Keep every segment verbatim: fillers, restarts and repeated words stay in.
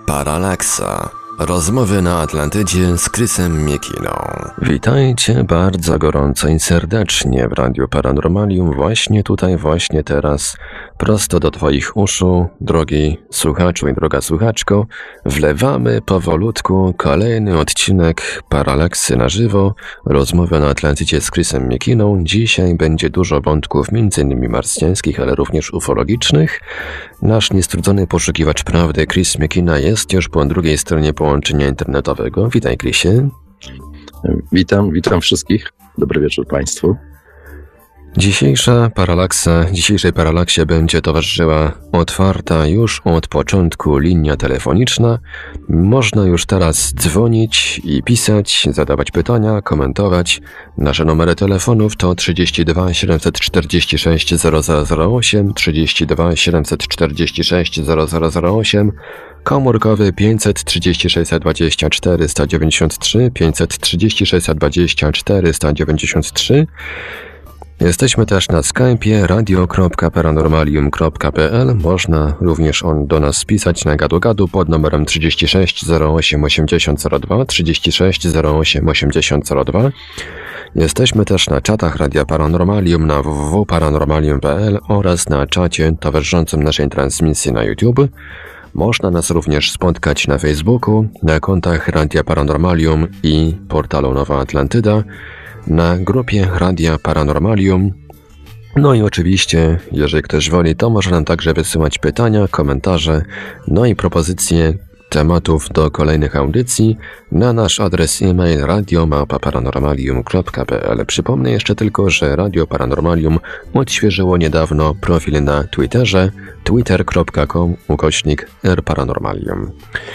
Paralaksa. Rozmowy na Atlantydzie z Chrisem Miekiną. Witajcie bardzo gorąco i serdecznie w Radiu Paranormalium, właśnie tutaj, właśnie teraz, prosto do Twoich uszu, drogi słuchaczu i droga słuchaczko, wlewamy powolutku kolejny odcinek Paralaksy na żywo, rozmowy na Atlantydzie z Chrisem Miekiną. Dzisiaj będzie dużo wątków między innymi marsjańskich, ale również ufologicznych. Nasz niestrudzony poszukiwacz prawdy Chris Miekina jest już po drugiej stronie połączenia internetowego. Witaj, Chrisie. Witam, witam wszystkich. Dobry wieczór Państwu. Dzisiejsza paralaksa, dzisiejszej paralaksie będzie towarzyszyła otwarta już od początku linia telefoniczna. Można już teraz dzwonić i pisać, zadawać pytania, komentować. Nasze numery telefonów to trzydzieści dwa siedemset czterdzieści sześć zero zero zero osiem, trzydzieści dwa siedemset czterdzieści sześć zero zero zero osiem, komórkowy pięćset trzydzieści sześć dwadzieścia cztery sto dziewięćdziesiąt trzy, pięćset trzydzieści sześć dwadzieścia cztery sto dziewięćdziesiąt trzy. Jesteśmy też na Skype'ie radio kropka paranormalium kropka p l. Można również on do nas pisać na gadu-gadu pod numerem trzydzieści sześć zero osiem osiemdziesiąt zero dwa, trzydzieści sześć zero osiem osiemdziesiąt zero dwa. Jesteśmy też na czatach Radia Paranormalium na w w w kropka paranormalium kropka p l oraz na czacie towarzyszącym naszej transmisji na YouTube. Można nas również spotkać na Facebooku, na kontach Radia Paranormalium i portalu Nowa Atlantyda, na grupie Radia Paranormalium. No i oczywiście, jeżeli ktoś woli, to może nam także wysyłać pytania, komentarze, no i propozycje tematów do kolejnych audycji na nasz adres e-mail radio małpa paranormalium kropka p l. Przypomnę jeszcze tylko, że Radio Paranormalium odświeżyło niedawno profil na Twitterze twitter kropka com ukośnik r paranormalium.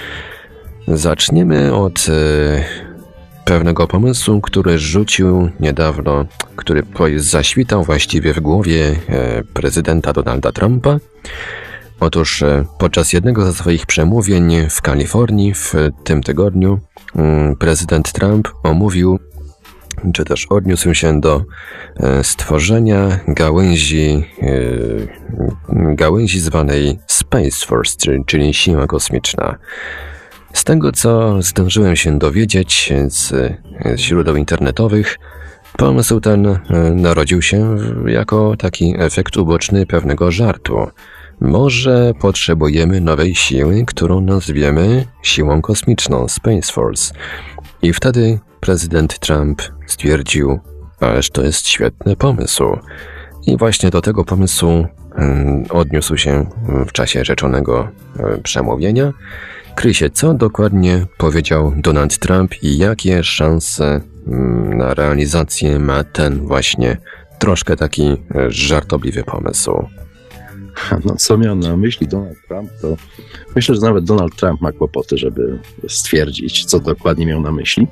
Zaczniemy od e, pewnego pomysłu, który rzucił niedawno, który zaświtał właściwie w głowie e, prezydenta Donalda Trumpa. Otóż podczas jednego ze swoich przemówień w Kalifornii w tym tygodniu prezydent Trump omówił, czy też odniósł się do stworzenia gałęzi, gałęzi zwanej Space Force, czyli siła kosmiczna. Z tego, co zdążyłem się dowiedzieć z źródeł internetowych, pomysł ten narodził się jako taki efekt uboczny pewnego żartu. Może potrzebujemy nowej siły, którą nazwiemy siłą kosmiczną, Space Force. I wtedy prezydent Trump stwierdził, ależ to jest świetny pomysł. I właśnie do tego pomysłu hmm, odniósł się w czasie rzeczonego hmm, przemówienia. Chrisie, co dokładnie powiedział Donald Trump i jakie szanse hmm, na realizację ma ten właśnie troszkę taki hmm, żartobliwy pomysł? No, co miał na myśli Donald Trump, to myślę, że nawet Donald Trump ma kłopoty, żeby stwierdzić, co dokładnie miał na myśli.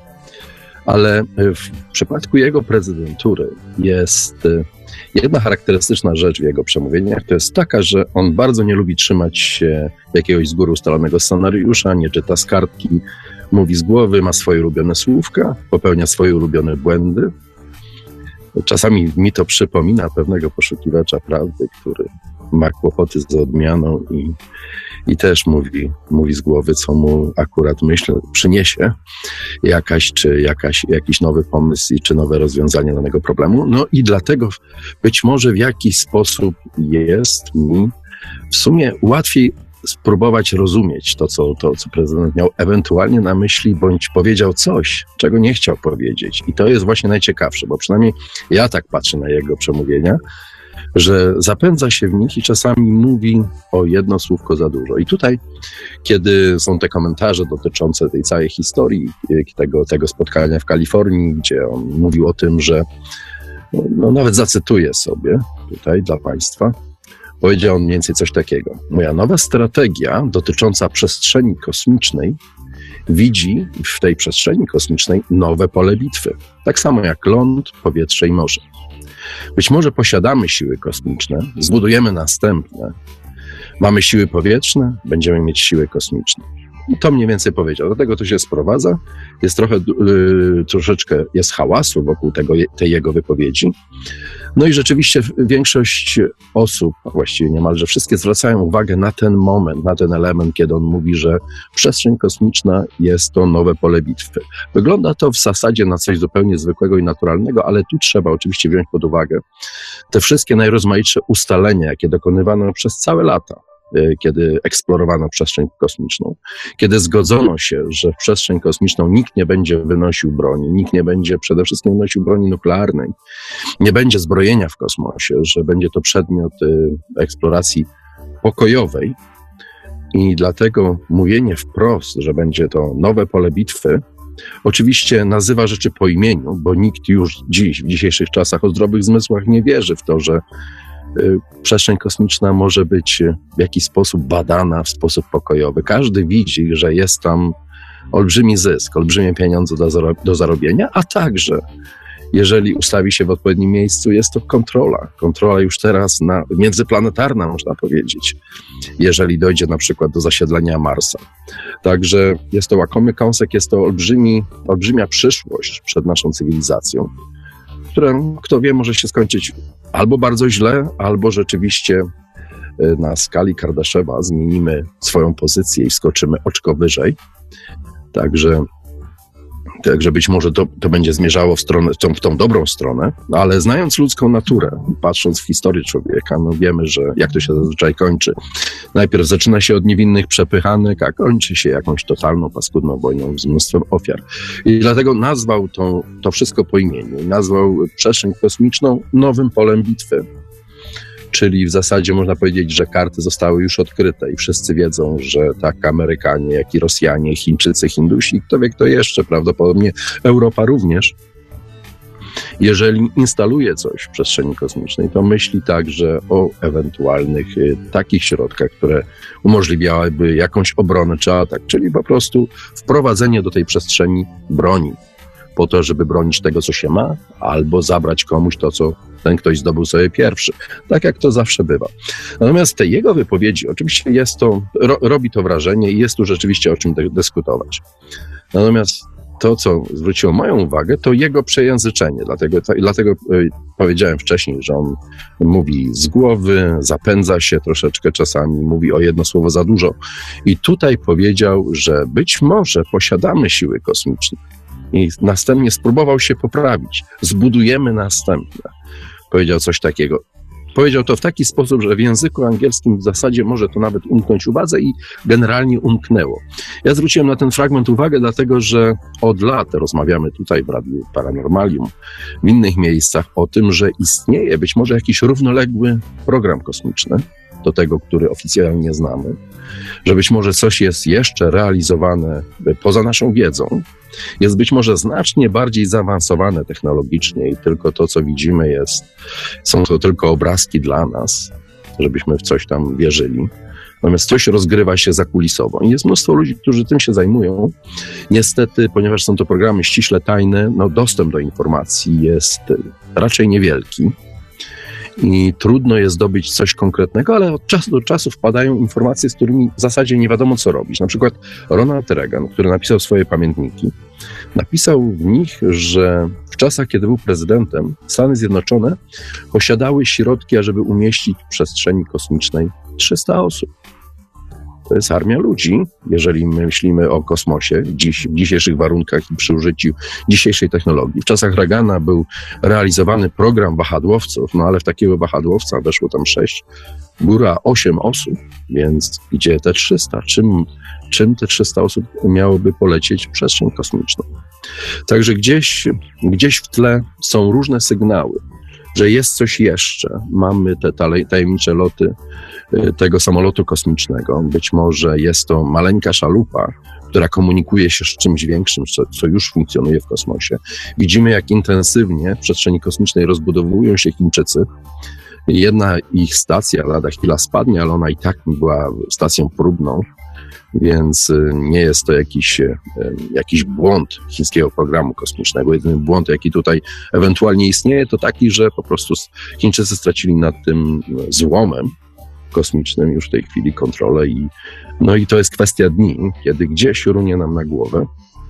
Ale w przypadku jego prezydentury jest jedna charakterystyczna rzecz w jego przemówieniach, to jest taka, że on bardzo nie lubi trzymać się jakiegoś z góry ustalonego scenariusza, nie czyta z kartki, mówi z głowy, ma swoje ulubione słówka, popełnia swoje ulubione błędy. Czasami mi to przypomina pewnego poszukiwacza prawdy, który ma kłopoty z odmianą i, i też mówi, mówi z głowy, co mu akurat myślę, przyniesie jakaś, czy jakaś, jakiś nowy pomysł czy nowe rozwiązanie danego problemu. No i dlatego być może w jakiś sposób jest mi w sumie łatwiej spróbować rozumieć to, co, to, co prezydent miał ewentualnie na myśli, bądź powiedział coś, czego nie chciał powiedzieć. I to jest właśnie najciekawsze, bo przynajmniej ja tak patrzę na jego przemówienia, że zapędza się w nich i czasami mówi o jedno słówko za dużo. I tutaj, kiedy są te komentarze dotyczące tej całej historii, tego, tego spotkania w Kalifornii, gdzie on mówił o tym, że, no nawet zacytuję sobie tutaj dla Państwa, powiedział on mniej więcej coś takiego. Moja nowa strategia dotycząca przestrzeni kosmicznej widzi w tej przestrzeni kosmicznej nowe pole bitwy. Tak samo jak ląd, powietrze i morze. Być może posiadamy siły kosmiczne, zbudujemy następne. Mamy siły powietrzne, będziemy mieć siły kosmiczne. To mniej więcej powiedział. Do tego to się sprowadza. Jest trochę, yy, troszeczkę jest hałasu wokół tego, tej jego wypowiedzi. No i rzeczywiście większość osób, a właściwie niemalże wszystkie, zwracają uwagę na ten moment, na ten element, kiedy on mówi, że przestrzeń kosmiczna jest to nowe pole bitwy. Wygląda to w zasadzie na coś zupełnie zwykłego i naturalnego, ale tu trzeba oczywiście wziąć pod uwagę te wszystkie najrozmaitsze ustalenia, jakie dokonywano przez całe lata, kiedy eksplorowano przestrzeń kosmiczną, kiedy zgodzono się, że w przestrzeń kosmiczną nikt nie będzie wynosił broni, nikt nie będzie przede wszystkim wynosił broni nuklearnej, nie będzie zbrojenia w kosmosie, że będzie to przedmiot eksploracji pokojowej i dlatego mówienie wprost, że będzie to nowe pole bitwy, oczywiście nazywa rzeczy po imieniu, bo nikt już dziś, w dzisiejszych czasach o zdrowych zmysłach nie wierzy w to, że przestrzeń kosmiczna może być w jakiś sposób badana w sposób pokojowy. Każdy widzi, że jest tam olbrzymi zysk, olbrzymie pieniądze do, zaro- do zarobienia, a także, jeżeli ustawi się w odpowiednim miejscu, jest to kontrola. Kontrola już teraz na, międzyplanetarna, można powiedzieć, jeżeli dojdzie na przykład do zasiedlenia Marsa. Także jest to łakomy kąsek, jest to olbrzymi, olbrzymia przyszłość przed naszą cywilizacją, która, kto wie, może się skończyć albo bardzo źle, albo rzeczywiście na skali Kardaszewa zmienimy swoją pozycję i skoczymy oczko wyżej. Także, także być może to, to będzie zmierzało w, stronę, w, tą, w tą dobrą stronę, no ale znając ludzką naturę, patrząc w historię człowieka, no wiemy, że jak to się zazwyczaj kończy. Najpierw zaczyna się od niewinnych przepychanek, a kończy się jakąś totalną, paskudną wojną z mnóstwem ofiar. I dlatego nazwał to, to wszystko po imieniu. Nazwał przestrzeń kosmiczną nowym polem bitwy. Czyli w zasadzie można powiedzieć, że karty zostały już odkryte i wszyscy wiedzą, że tak Amerykanie, jak i Rosjanie, Chińczycy, Hindusi, kto wie kto jeszcze, prawdopodobnie Europa również, jeżeli instaluje coś w przestrzeni kosmicznej, to myśli także o ewentualnych y, takich środkach, które umożliwiałyby jakąś obronę czy atak, czyli po prostu wprowadzenie do tej przestrzeni broni, po to, żeby bronić tego, co się ma, albo zabrać komuś to, co ten ktoś zdobył sobie pierwszy. Tak jak to zawsze bywa. Natomiast te jego wypowiedzi, oczywiście jest to, ro, robi to wrażenie i jest tu rzeczywiście o czym dy, dyskutować. Natomiast to, co zwróciło moją uwagę, to jego przejęzyczenie. Dlatego, to, dlatego y, powiedziałem wcześniej, że on mówi z głowy, zapędza się troszeczkę czasami, mówi o jedno słowo za dużo. I tutaj powiedział, że być może posiadamy siły kosmiczne. I następnie spróbował się poprawić. Zbudujemy następne. Powiedział coś takiego. Powiedział to w taki sposób, że w języku angielskim w zasadzie może to nawet umknąć uwadze i generalnie umknęło. Ja zwróciłem na ten fragment uwagę, dlatego że od lat rozmawiamy tutaj w Radiu Paranormalium, w innych miejscach o tym, że istnieje być może jakiś równoległy program kosmiczny do tego, który oficjalnie znamy, że być może coś jest jeszcze realizowane poza naszą wiedzą, jest być może znacznie bardziej zaawansowane technologicznie i tylko to, co widzimy, jest, są to tylko obrazki dla nas, żebyśmy w coś tam wierzyli. Natomiast coś rozgrywa się zakulisowo. I jest mnóstwo ludzi, którzy tym się zajmują. Niestety, ponieważ są to programy ściśle tajne, no dostęp do informacji jest raczej niewielki. I trudno jest zdobyć coś konkretnego, ale od czasu do czasu wpadają informacje, z którymi w zasadzie nie wiadomo, co robić. Na przykład Ronald Reagan, który napisał swoje pamiętniki, napisał w nich, że w czasach, kiedy był prezydentem, Stany Zjednoczone posiadały środki, ażeby umieścić w przestrzeni kosmicznej trzysta osób. To jest armia ludzi, jeżeli my myślimy o kosmosie dziś, w dzisiejszych warunkach i przy użyciu dzisiejszej technologii. W czasach Reagana był realizowany program wahadłowców, no ale w takiego wahadłowca weszło tam sześć, góra osiem osób, więc gdzie te trzysta? Czym, czym te trzysta osób miałoby polecieć w przestrzeń kosmiczną? Także gdzieś, gdzieś w tle są różne sygnały, że jest coś jeszcze. Mamy te tajemnicze loty tego samolotu kosmicznego. Być może jest to maleńka szalupa, która komunikuje się z czymś większym, co, co już funkcjonuje w kosmosie. Widzimy, jak intensywnie w przestrzeni kosmicznej rozbudowują się Chińczycy. Jedna ich stacja lada chwila spadnie, ale ona i tak była stacją próbną, więc nie jest to jakiś, jakiś błąd chińskiego programu kosmicznego. Jedyny błąd, jaki tutaj ewentualnie istnieje, to taki, że po prostu Chińczycy stracili nad tym złomem kosmicznym już w tej chwili kontrolę i no i to jest kwestia dni, kiedy gdzieś runie nam na głowę.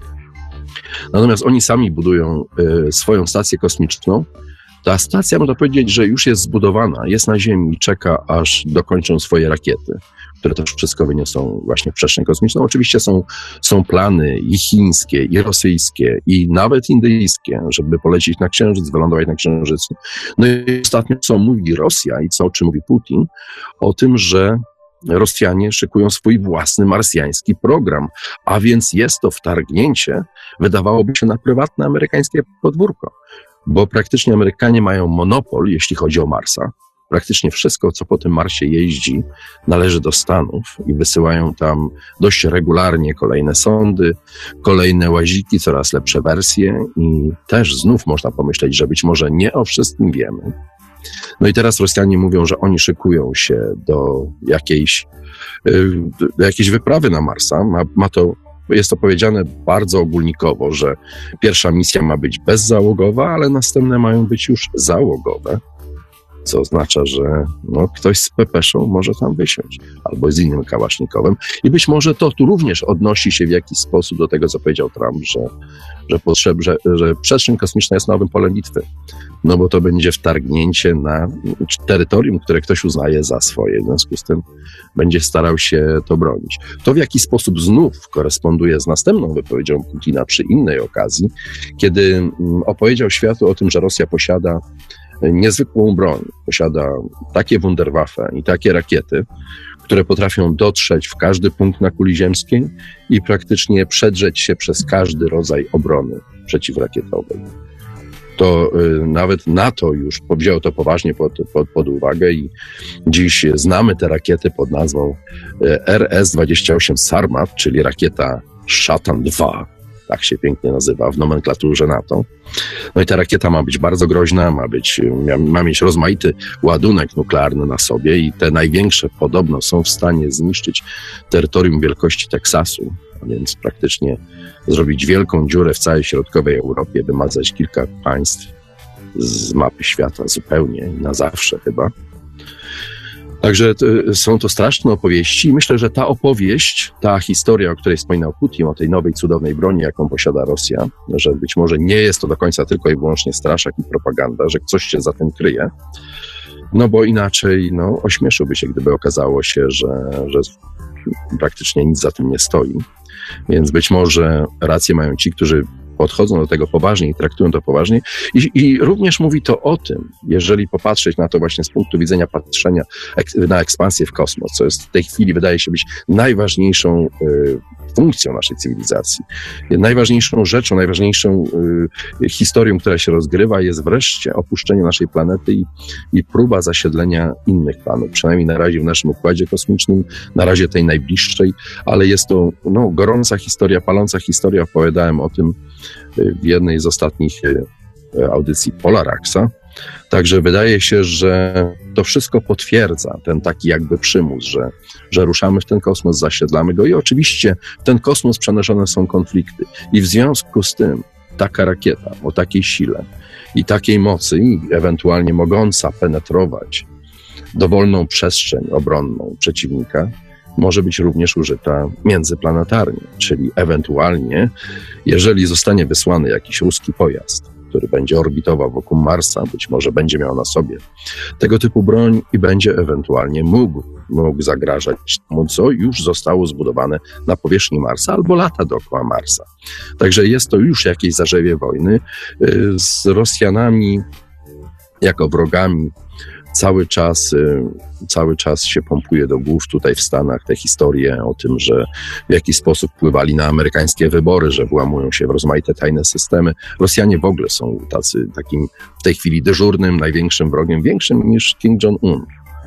Natomiast oni sami budują y, swoją stację kosmiczną. Ta stacja, można powiedzieć, że już jest zbudowana, jest na Ziemi i czeka, aż dokończą swoje rakiety, które to wszystko wyniosą właśnie w przestrzeń kosmiczną. Oczywiście są, są plany i chińskie, i rosyjskie, i nawet indyjskie, żeby polecieć na Księżyc, wylądować na Księżycu. No i ostatnio, co mówi Rosja i co, o czym mówi Putin, o tym, że Rosjanie szykują swój własny marsjański program, a więc jest to wtargnięcie, wydawałoby się, na prywatne amerykańskie podwórko, bo praktycznie Amerykanie mają monopol, jeśli chodzi o Marsa. Praktycznie wszystko, co po tym Marsie jeździ, należy do Stanów i wysyłają tam dość regularnie kolejne sondy, kolejne łaziki, coraz lepsze wersje i też znów można pomyśleć, że być może nie o wszystkim wiemy. No i teraz Rosjanie mówią, że oni szykują się do jakiejś, do jakiejś wyprawy na Marsa. Ma, ma to, jest to powiedziane bardzo ogólnikowo, że pierwsza misja ma być bezzałogowa, ale następne mają być już załogowe. Co oznacza, że no, ktoś z pepeszą może tam wysiąść, albo z innym kałasznikowym. I być może to tu również odnosi się w jakiś sposób do tego, co powiedział Trump, że, że, potrzeb, że, że przestrzeń kosmiczna jest nowym polem bitwy. No bo to będzie wtargnięcie na terytorium, które ktoś uznaje za swoje. W związku z tym będzie starał się to bronić. To w jaki sposób znów koresponduje z następną wypowiedzią Putina przy innej okazji, kiedy opowiedział światu o tym, że Rosja posiada niezwykłą broń, posiada takie Wunderwaffe i takie rakiety, które potrafią dotrzeć w każdy punkt na kuli ziemskiej i praktycznie przedrzeć się przez każdy rodzaj obrony przeciwrakietowej. To y, nawet NATO już wzięło to poważnie pod, pod, pod uwagę i dziś znamy te rakiety pod nazwą y, R S dwadzieścia osiem Sarmat, czyli rakieta Szatan dwa. Tak się pięknie nazywa w nomenklaturze NATO. No i ta rakieta ma być bardzo groźna, ma być, ma mieć rozmaity ładunek nuklearny na sobie i te największe podobno są w stanie zniszczyć terytorium wielkości Teksasu, a więc praktycznie zrobić wielką dziurę w całej środkowej Europie, wymazać kilka państw z mapy świata zupełnie i na zawsze chyba. Także to, są to straszne opowieści i myślę, że ta opowieść, ta historia, o której wspominał Putin, o tej nowej cudownej broni, jaką posiada Rosja, że być może nie jest to do końca tylko i wyłącznie straszak i propaganda, że coś się za tym kryje, no bo inaczej no, ośmieszyłby się, gdyby okazało się, że, że praktycznie nic za tym nie stoi. Więc być może rację mają ci, którzy podchodzą do tego poważnie i traktują to poważnie. I, I również mówi to o tym, jeżeli popatrzeć na to właśnie z punktu widzenia patrzenia ek, na ekspansję w kosmos, co jest w tej chwili wydaje się być najważniejszą y, funkcją naszej cywilizacji. Najważniejszą rzeczą, najważniejszą y, historią, która się rozgrywa, jest wreszcie opuszczenie naszej planety i, i próba zasiedlenia innych planów. Przynajmniej na razie w naszym układzie kosmicznym, na razie tej najbliższej, ale jest to no, gorąca historia, paląca historia. Opowiadałem o tym w jednej z ostatnich audycji Polaraxa. Także wydaje się, że to wszystko potwierdza ten taki jakby przymus, że, że ruszamy w ten kosmos, zasiedlamy go i oczywiście w ten kosmos przenoszone są konflikty. I w związku z tym taka rakieta o takiej sile i takiej mocy i ewentualnie mogąca penetrować dowolną przestrzeń obronną przeciwnika może być również użyta międzyplanetarnie, czyli ewentualnie, jeżeli zostanie wysłany jakiś ruski pojazd, który będzie orbitował wokół Marsa, być może będzie miał na sobie tego typu broń i będzie ewentualnie mógł, mógł zagrażać temu, co już zostało zbudowane na powierzchni Marsa albo lata dookoła Marsa. Także jest to już jakieś zarzewie wojny z Rosjanami jako wrogami. Cały czas, cały czas się pompuje do głów tutaj w Stanach te historie o tym, że w jaki sposób wpływali na amerykańskie wybory, że włamują się w rozmaite tajne systemy. Rosjanie w ogóle są tacy, takim w tej chwili dyżurnym, największym wrogiem, większym niż Kim Jong-un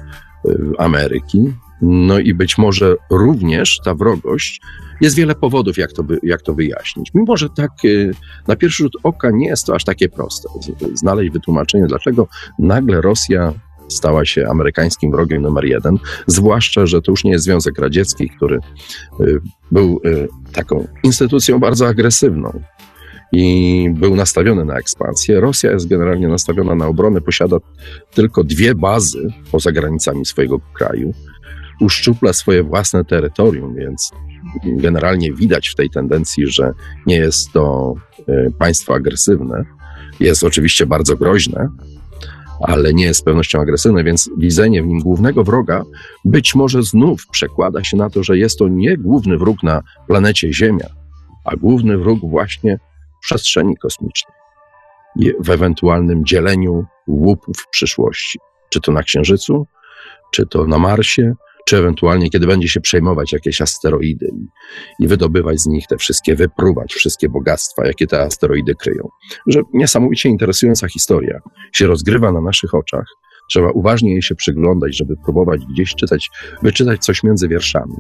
Ameryki. No i być może również ta wrogość, jest wiele powodów, jak to, jak to wyjaśnić. Mimo że tak na pierwszy rzut oka nie jest to aż takie proste. Znaleźć wytłumaczenie, dlaczego nagle Rosja stała się amerykańskim wrogiem numer jeden, zwłaszcza, że to już nie jest Związek Radziecki, który był taką instytucją bardzo agresywną i był nastawiony na ekspansję. Rosja jest generalnie nastawiona na obronę, posiada tylko dwie bazy poza granicami swojego kraju, uszczupla swoje własne terytorium, więc generalnie widać w tej tendencji, że nie jest to państwo agresywne. Jest oczywiście bardzo groźne, ale nie jest z pewnością agresywne, więc widzenie w nim głównego wroga być może znów przekłada się na to, że jest to nie główny wróg na planecie Ziemia, a główny wróg właśnie w przestrzeni kosmicznej i w ewentualnym dzieleniu łupów w przyszłości. Czy to na Księżycu, czy to na Marsie, czy ewentualnie kiedy będzie się przejmować jakieś asteroidy i, i wydobywać z nich te wszystkie, wypruwać wszystkie bogactwa, jakie te asteroidy kryją. Że niesamowicie interesująca historia się rozgrywa na naszych oczach. Trzeba uważnie jej się przyglądać, żeby próbować gdzieś czytać, wyczytać coś między wierszami.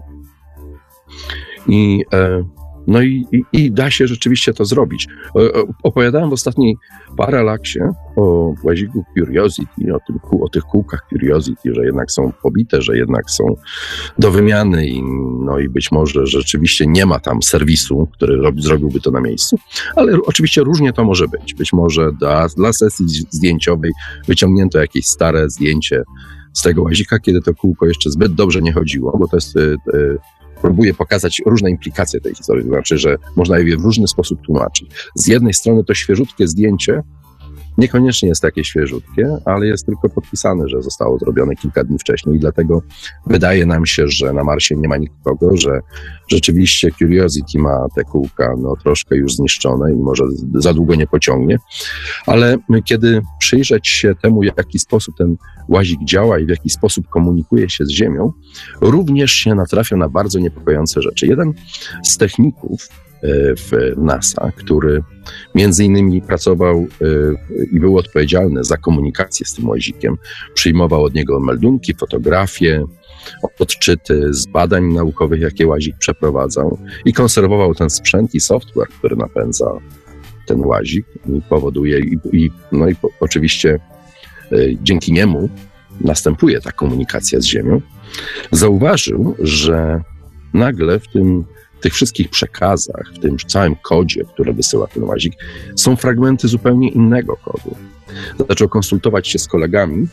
I e, No i, i, i da się rzeczywiście to zrobić. Opowiadałem w ostatniej paralaksie o łaziku Curiosity, o, tym, o tych kółkach Curiosity, że jednak są pobite, że jednak są do wymiany i, no i być może rzeczywiście nie ma tam serwisu, który rob, zrobiłby to na miejscu, ale oczywiście różnie to może być. Być może dla, dla sesji zdjęciowej wyciągnięto jakieś stare zdjęcie z tego łazika, kiedy to kółko jeszcze zbyt dobrze nie chodziło, bo to jest... Y, y, Próbuję pokazać różne implikacje tej historii, to znaczy, że można je w różny sposób tłumaczyć. Z jednej strony to świeżutkie zdjęcie niekoniecznie jest takie świeżutkie, ale jest tylko podpisane, że zostało zrobione kilka dni wcześniej i dlatego wydaje nam się, że na Marsie nie ma nikogo, że rzeczywiście Curiosity ma te kółka no, troszkę już zniszczone i może za długo nie pociągnie, ale kiedy przyjrzeć się temu, w jaki sposób ten łazik działa i w jaki sposób komunikuje się z Ziemią, również się natrafia na bardzo niepokojące rzeczy. Jeden z techników w NASA, który między innymi pracował i był odpowiedzialny za komunikację z tym łazikiem. Przyjmował od niego meldunki, fotografie, odczyty z badań naukowych, jakie łazik przeprowadzał i konserwował ten sprzęt i software, który napędza ten łazik i powoduje, i, i, no i po, oczywiście y, dzięki niemu następuje ta komunikacja z Ziemią. Zauważył, że nagle w tym W tych wszystkich przekazach, w tym całym kodzie, który wysyła ten łazik, są fragmenty zupełnie innego kodu. Zaczął konsultować się z kolegami,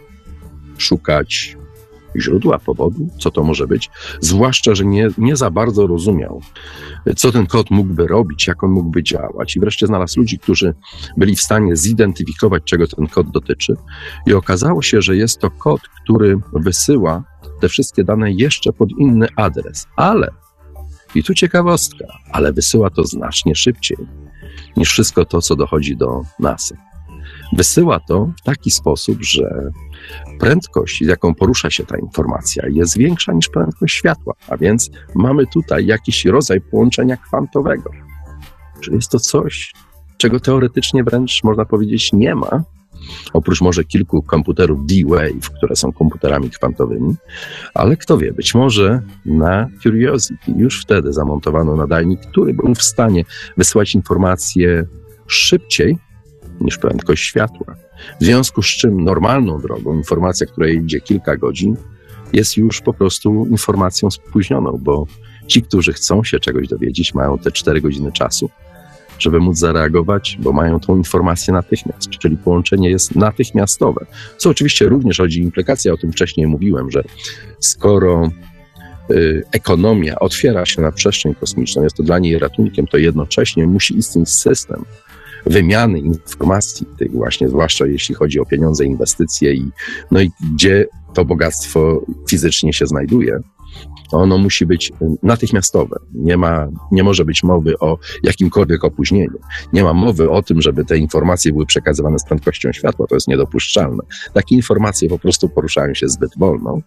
szukać źródła, powodu, co to może być, zwłaszcza, że nie, nie za bardzo rozumiał, co ten kod mógłby robić, jak on mógłby działać. I wreszcie znalazł ludzi, którzy byli w stanie zidentyfikować, czego ten kod dotyczy. I okazało się, że jest to kod, który wysyła te wszystkie dane jeszcze pod inny adres, ale i tu ciekawostka, ale wysyła to znacznie szybciej niż wszystko to, co dochodzi do NASA. Wysyła to w taki sposób, że prędkość, z jaką porusza się ta informacja, jest większa niż prędkość światła, a więc mamy tutaj jakiś rodzaj połączenia kwantowego. Czyli jest to coś, czego teoretycznie wręcz można powiedzieć nie ma, oprócz może kilku komputerów D-Wave, które są komputerami kwantowymi, ale kto wie, być może na Curiosity już wtedy zamontowano nadajnik, który był w stanie wysyłać informacje szybciej niż prędkość światła. W związku z czym normalną drogą informacja, która idzie kilka godzin, jest już po prostu informacją spóźnioną, bo ci, którzy chcą się czegoś dowiedzieć, mają te cztery godziny czasu, żeby móc zareagować, bo mają tą informację natychmiast, czyli połączenie jest natychmiastowe. Co oczywiście również rodzi implikacje, o tym wcześniej mówiłem, że skoro y, ekonomia otwiera się na przestrzeń kosmiczną, jest to dla niej ratunkiem, to jednocześnie musi istnieć system wymiany informacji, tych właśnie, zwłaszcza jeśli chodzi o pieniądze, inwestycje i, no i gdzie to bogactwo fizycznie się znajduje. Ono musi być natychmiastowe. Nie ma, nie może być mowy o jakimkolwiek opóźnieniu. Nie ma mowy o tym, żeby te informacje były przekazywane z prędkością światła. To jest niedopuszczalne. Takie informacje po prostu poruszają się zbyt wolno.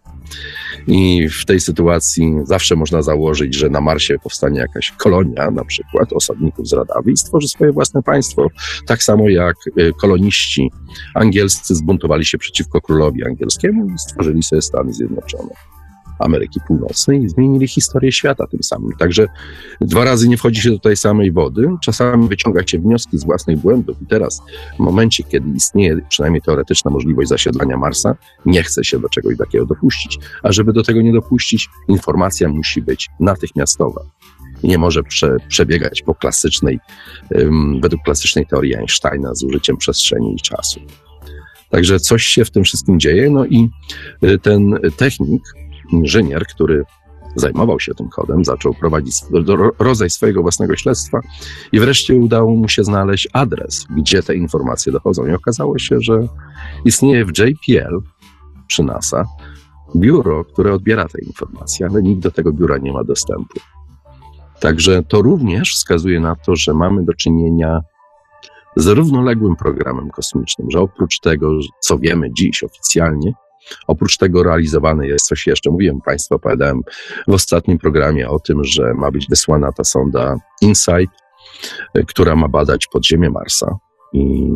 I w tej sytuacji zawsze można założyć, że na Marsie powstanie jakaś kolonia, na przykład osadników z Radawy i stworzy swoje własne państwo. Tak samo jak koloniści angielscy zbuntowali się przeciwko królowi angielskiemu i stworzyli sobie Stany Zjednoczone Ameryki Północnej i zmienili historię świata tym samym. Także dwa razy nie wchodzi się do tej samej wody. Czasami wyciąga się wnioski z własnych błędów i teraz w momencie, kiedy istnieje przynajmniej teoretyczna możliwość zasiedlania Marsa, nie chce się do czegoś takiego dopuścić. A żeby do tego nie dopuścić, informacja musi być natychmiastowa. i nie może prze, przebiegać po klasycznej, um, według klasycznej teorii Einsteina z użyciem przestrzeni i czasu. Także coś się w tym wszystkim dzieje, no i ten technik, inżynier, który zajmował się tym kodem, zaczął prowadzić rodzaj swojego własnego śledztwa i wreszcie udało mu się znaleźć adres, gdzie te informacje dochodzą. I okazało się, że istnieje w J P L przy NASA biuro, które odbiera te informacje, ale nikt do tego biura nie ma dostępu. Także to również wskazuje na to, że mamy do czynienia z równoległym programem kosmicznym, że oprócz tego, co wiemy dziś oficjalnie, oprócz tego realizowane jest coś jeszcze. Mówiłem Państwu, opowiadałem w ostatnim programie o tym, że ma być wysłana ta sonda InSight, która ma badać podziemie Marsa. I,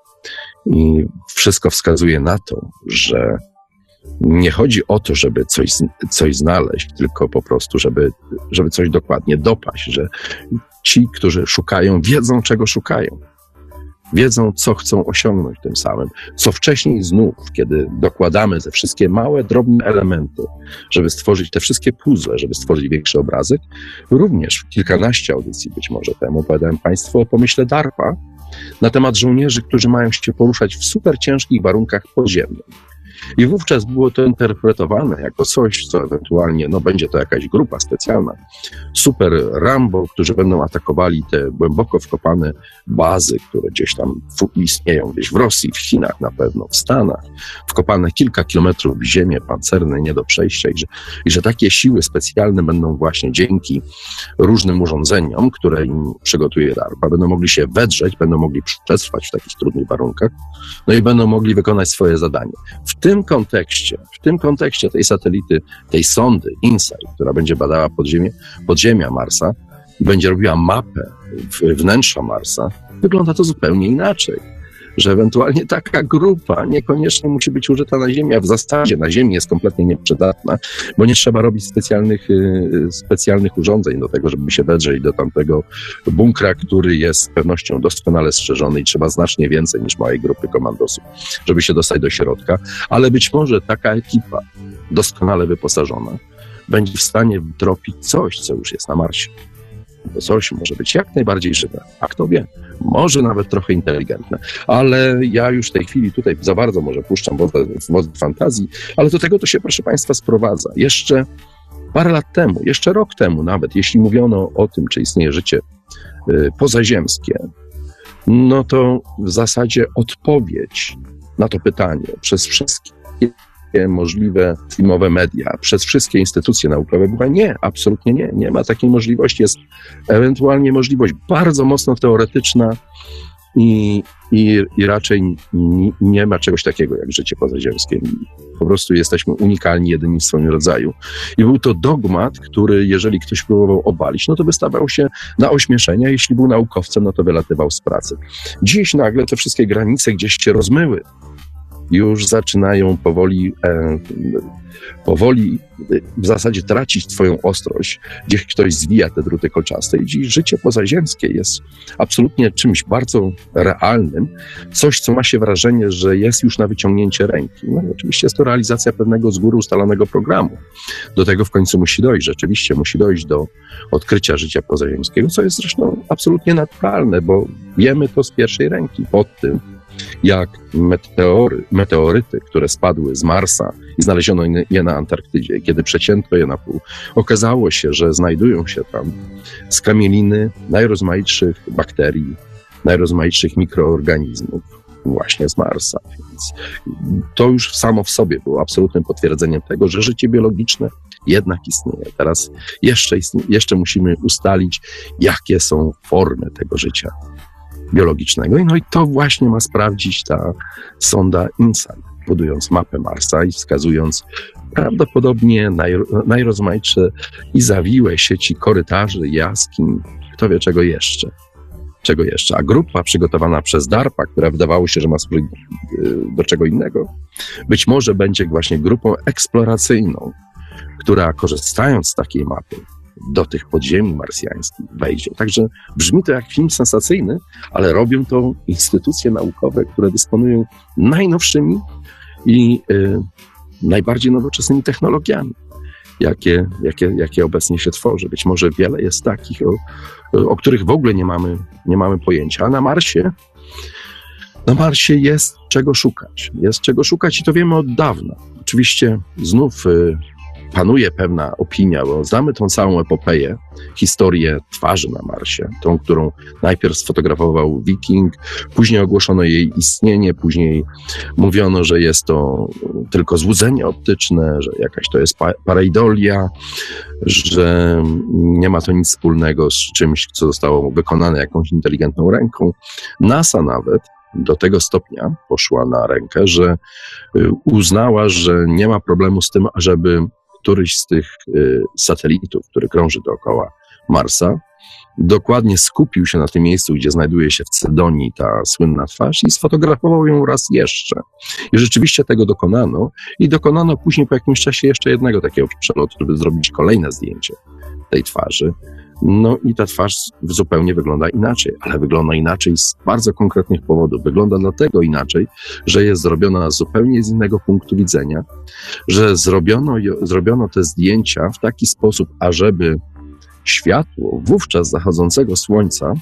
i wszystko wskazuje na to, że nie chodzi o to, żeby coś, coś znaleźć, tylko po prostu, żeby, żeby coś dokładnie dopaść, że ci, którzy szukają, wiedzą, czego szukają. Wiedzą, co chcą osiągnąć tym samym. Co wcześniej znów, kiedy dokładamy te wszystkie małe, drobne elementy, żeby stworzyć te wszystkie puzzle, żeby stworzyć większy obrazek, również kilkanaście audycji być może temu opowiadałem Państwu o pomyśle DARPA na temat żołnierzy, którzy mają się poruszać w super ciężkich warunkach podziemnych. I wówczas było to interpretowane jako coś, co ewentualnie, no będzie to jakaś grupa specjalna, super Rambo, którzy będą atakowali te głęboko wkopane bazy, które gdzieś tam istnieją, gdzieś w Rosji, w Chinach na pewno, w Stanach, wkopane kilka kilometrów w ziemię, pancerne, nie do przejścia i że, i że takie siły specjalne będą właśnie dzięki różnym urządzeniom, które im przygotuje DARPA, będą mogli się wedrzeć, będą mogli przetrwać w takich trudnych warunkach, no i będą mogli wykonać swoje zadanie. W tym kontekście, w tym kontekście tej satelity, tej sondy InSight, która będzie badała podziemie, podziemia Marsa i będzie robiła mapę wnętrza Marsa, wygląda to zupełnie inaczej. Że ewentualnie taka grupa niekoniecznie musi być użyta na Ziemi, a w zasadzie na Ziemi jest kompletnie nieprzydatna, bo nie trzeba robić specjalnych, specjalnych urządzeń do tego, żeby się wedrzeć do tamtego bunkra, który jest z pewnością doskonale strzeżony i trzeba znacznie więcej niż małej grupy komandosów, żeby się dostać do środka, ale być może taka ekipa doskonale wyposażona będzie w stanie wtropić coś, co już jest na Marsie. To coś może być jak najbardziej żywe, a kto wie, może nawet trochę inteligentne, ale ja już w tej chwili tutaj za bardzo może puszczam wodę, wodę fantazji, ale do tego to się, proszę Państwa, sprowadza. Jeszcze parę lat temu, jeszcze rok temu nawet, jeśli mówiono o tym, czy istnieje życie y, pozaziemskie, no to w zasadzie odpowiedź na to pytanie przez wszystkie możliwe filmowe media, przez wszystkie instytucje naukowe była nie, absolutnie nie, nie ma takiej możliwości. Jest ewentualnie możliwość bardzo mocno teoretyczna i, i, i raczej nie, nie ma czegoś takiego jak życie pozaziemskie. Po prostu jesteśmy unikalni, jedyni w swoim rodzaju. I był to dogmat, który jeżeli ktoś próbował obalić, no to wystawał się na ośmieszenia. Jeśli był naukowcem, no to wylatywał z pracy. Dziś nagle te wszystkie granice gdzieś się rozmyły. Już zaczynają powoli, e, powoli w zasadzie tracić swoją ostrość, gdzieś ktoś zwija te druty kolczaste i dziś życie pozaziemskie jest absolutnie czymś bardzo realnym, coś, co ma się wrażenie, że jest już na wyciągnięcie ręki. No i oczywiście jest to realizacja pewnego z góry ustalonego programu. Do tego w końcu musi dojść, rzeczywiście musi dojść do odkrycia życia pozaziemskiego, co jest zresztą absolutnie naturalne, bo wiemy to z pierwszej ręki pod tym, jak meteory, meteoryty, które spadły z Marsa i znaleziono je na Antarktydzie, kiedy przecięto je na pół, okazało się, że znajdują się tam skamieliny najrozmaitszych bakterii, najrozmaitszych mikroorganizmów właśnie z Marsa. Więc to już samo w sobie było absolutnym potwierdzeniem tego, że życie biologiczne jednak istnieje. Teraz jeszcze, istnieje, jeszcze musimy ustalić, jakie są formy tego życia biologicznego. No i to właśnie ma sprawdzić ta sonda InSight, budując mapę Marsa i wskazując prawdopodobnie naj, najrozmaitsze i zawiłe sieci korytarzy, jaskiń, kto wie czego jeszcze. Czego jeszcze? A grupa przygotowana przez DARPA, która wydawało się, że ma służyć do czego innego, być może będzie właśnie grupą eksploracyjną, która korzystając z takiej mapy do tych podziemi marsjańskich wejdzie. Także brzmi to jak film sensacyjny, ale robią to instytucje naukowe, które dysponują najnowszymi i y, najbardziej nowoczesnymi technologiami. jakie, jakie, jakie obecnie się tworzy. Być może wiele jest takich, o, o których w ogóle nie mamy, nie mamy pojęcia. A na Marsie, na Marsie jest czego szukać. Jest czego szukać i to wiemy od dawna. Oczywiście znów y, panuje pewna opinia, bo znamy tą całą epopeję, historię twarzy na Marsie, tą, którą najpierw sfotografował Viking, później ogłoszono jej istnienie, później mówiono, że jest to tylko złudzenie optyczne, że jakaś to jest pa- pareidolia, że nie ma to nic wspólnego z czymś, co zostało wykonane jakąś inteligentną ręką. NASA nawet do tego stopnia poszła na rękę, że uznała, że nie ma problemu z tym, żeby któryś z tych y, satelitów, który krąży dookoła Marsa, dokładnie skupił się na tym miejscu, gdzie znajduje się w Cydonii ta słynna twarz i sfotografował ją raz jeszcze. I rzeczywiście tego dokonano i dokonano później po jakimś czasie jeszcze jednego takiego przelotu, żeby zrobić kolejne zdjęcie tej twarzy. No i ta twarz zupełnie wygląda inaczej, ale wygląda inaczej z bardzo konkretnych powodów. Wygląda dlatego inaczej, że jest zrobiona zupełnie z innego punktu widzenia, że zrobiono, zrobiono te zdjęcia w taki sposób, ażeby światło wówczas zachodzącego słońca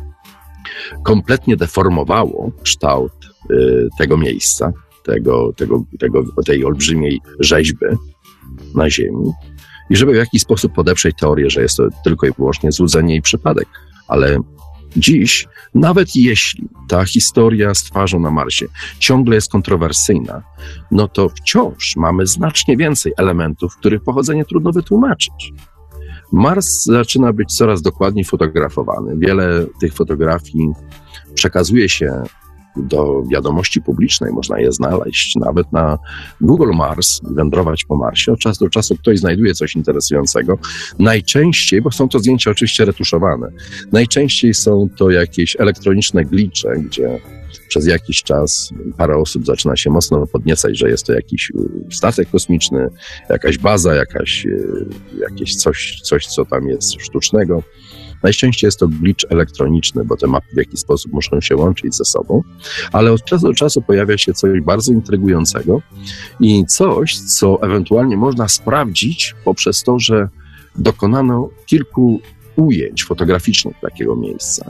kompletnie deformowało kształt y, tego miejsca, tego, tego, tego, tej olbrzymiej rzeźby na Ziemi. I żeby w jakiś sposób podeprzeć teorię, że jest to tylko i wyłącznie złudzenie i przypadek. Ale dziś, nawet jeśli ta historia z twarzą na Marsie ciągle jest kontrowersyjna, no to wciąż mamy znacznie więcej elementów, których pochodzenie trudno wytłumaczyć. Mars zaczyna być coraz dokładniej fotografowany. Wiele tych fotografii przekazuje się do wiadomości publicznej, można je znaleźć nawet na Google Mars, wędrować po Marsie. Od czasu do czasu ktoś znajduje coś interesującego. Najczęściej, bo są to zdjęcia oczywiście retuszowane, najczęściej są to jakieś elektroniczne glicze, gdzie przez jakiś czas parę osób zaczyna się mocno podniecać, że jest to jakiś statek kosmiczny, jakaś baza, jakaś, jakieś coś, coś, co tam jest sztucznego. Najczęściej jest to glitch elektroniczny, bo te mapy w jakiś sposób muszą się łączyć ze sobą, ale od czasu do czasu pojawia się coś bardzo intrygującego i coś, co ewentualnie można sprawdzić poprzez to, że dokonano kilku ujęć fotograficznych takiego miejsca.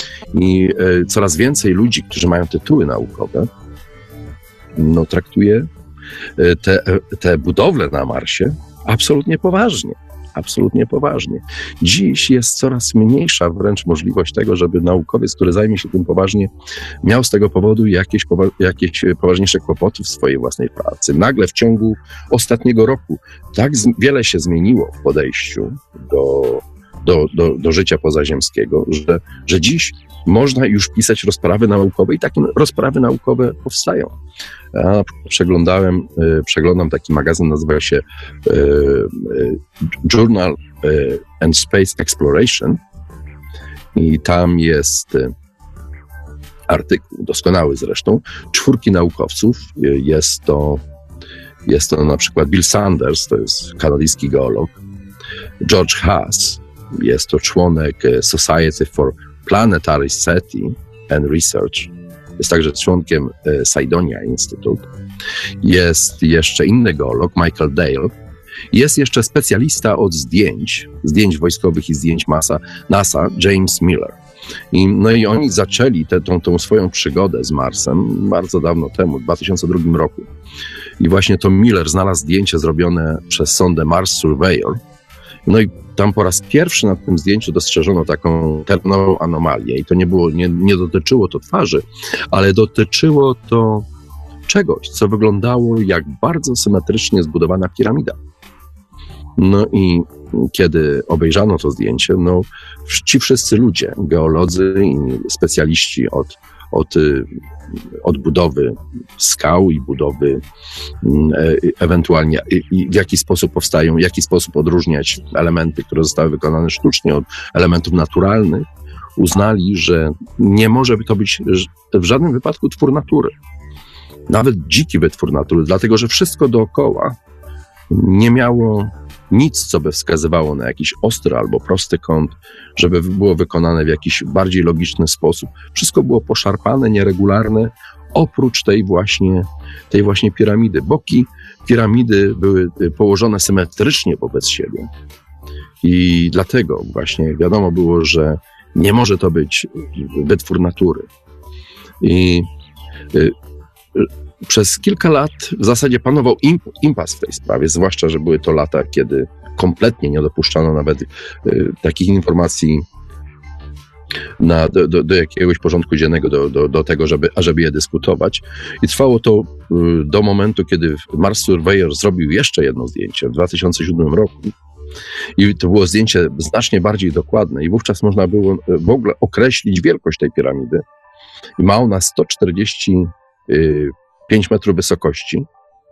I y, coraz więcej ludzi, którzy mają tytuły naukowe, no, traktuje y, te, te budowle na Marsie absolutnie poważnie. Absolutnie poważnie. Dziś jest coraz mniejsza wręcz możliwość tego, żeby naukowiec, który zajmie się tym poważnie, miał z tego powodu jakieś, powa- jakieś poważniejsze kłopoty w swojej własnej pracy. Nagle w ciągu ostatniego roku tak z- wiele się zmieniło w podejściu do, do, do, do życia pozaziemskiego, że, że dziś można już pisać rozprawy naukowe i takie rozprawy naukowe powstają. Ja przeglądałem, przeglądam taki magazyn, nazywa się Journal and Space Exploration i tam jest artykuł, doskonały zresztą, czwórki naukowców. Jest to, jest to na przykład Bill Sanders, to jest kanadyjski geolog, George Haas, jest to członek Society for Planetary SETI and Research, jest także członkiem Cydonia Institute. Jest jeszcze inny geolog, Michael Dale. Jest jeszcze specjalista od zdjęć, zdjęć wojskowych i zdjęć masa, NASA, James Miller. I, no i oni zaczęli tę tą, tą swoją przygodę z Marsem bardzo dawno temu, w dwa tysiące drugim roku. I właśnie to Miller znalazł zdjęcie zrobione przez sondę Mars Surveyor. No i tam po raz pierwszy na tym zdjęciu dostrzeżono taką terenową anomalię i to nie było, nie, nie dotyczyło to twarzy, ale dotyczyło to czegoś, co wyglądało jak bardzo symetrycznie zbudowana piramida. No i kiedy obejrzano to zdjęcie, no ci wszyscy ludzie, geolodzy i specjaliści od, od, od budowy skał i budowy e, ewentualnie i w jaki sposób powstają, w jaki sposób odróżniać elementy, które zostały wykonane sztucznie od elementów naturalnych, uznali, że nie może to być w żadnym wypadku twór natury. Nawet dziki wytwór natury, dlatego że wszystko dookoła nie miało nic, co by wskazywało na jakiś ostry albo prosty kąt, żeby było wykonane w jakiś bardziej logiczny sposób. Wszystko było poszarpane, nieregularne, oprócz tej właśnie, tej właśnie piramidy. Boki piramidy były położone symetrycznie wobec siebie. I dlatego właśnie wiadomo było, że nie może to być wytwór natury. I y, y, przez kilka lat w zasadzie panował imp, impas w tej sprawie, zwłaszcza, że były to lata, kiedy kompletnie nie dopuszczano nawet y, takich informacji na, do, do, do jakiegoś porządku dziennego, do, do, do tego, żeby, ażeby je dyskutować. I trwało to y, do momentu, kiedy Mars Surveyor zrobił jeszcze jedno zdjęcie w dwa tysiące siódmym roku. I to było zdjęcie znacznie bardziej dokładne i wówczas można było w ogóle określić wielkość tej piramidy. I ma ona sto czterdzieści pięć metrów wysokości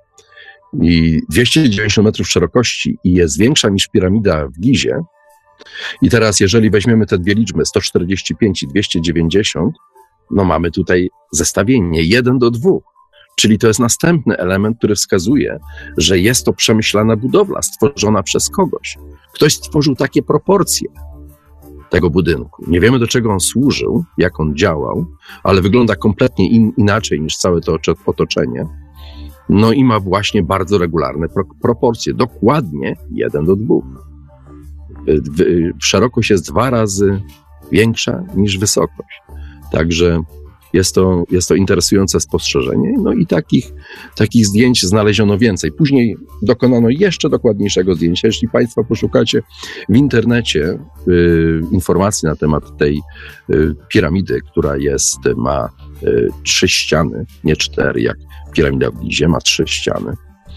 i dwieście dziewięćdziesiąt metrów szerokości i jest większa niż piramida w Gizie. I teraz jeżeli weźmiemy te dwie liczby, sto czterdzieści pięć i dwieście dziewięćdziesiąt, no mamy tutaj zestawienie jeden do dwóch. Czyli to jest następny element, który wskazuje, że jest to przemyślana budowla, stworzona przez kogoś. Ktoś stworzył takie proporcje tego budynku. Nie wiemy, do czego on służył, jak on działał, ale wygląda kompletnie in, inaczej niż całe to otoczenie. No i ma właśnie bardzo regularne pro, proporcje. Dokładnie jeden do dwóch. Szerokość jest dwa razy większa niż wysokość. Także Jest to, jest to interesujące spostrzeżenie. No i takich, takich zdjęć znaleziono więcej. Później dokonano jeszcze dokładniejszego zdjęcia. Jeśli Państwo poszukacie w internecie y, informacji na temat tej y, piramidy, która jest, ma y, trzy ściany, nie cztery, jak piramida w Gizie, ma trzy ściany.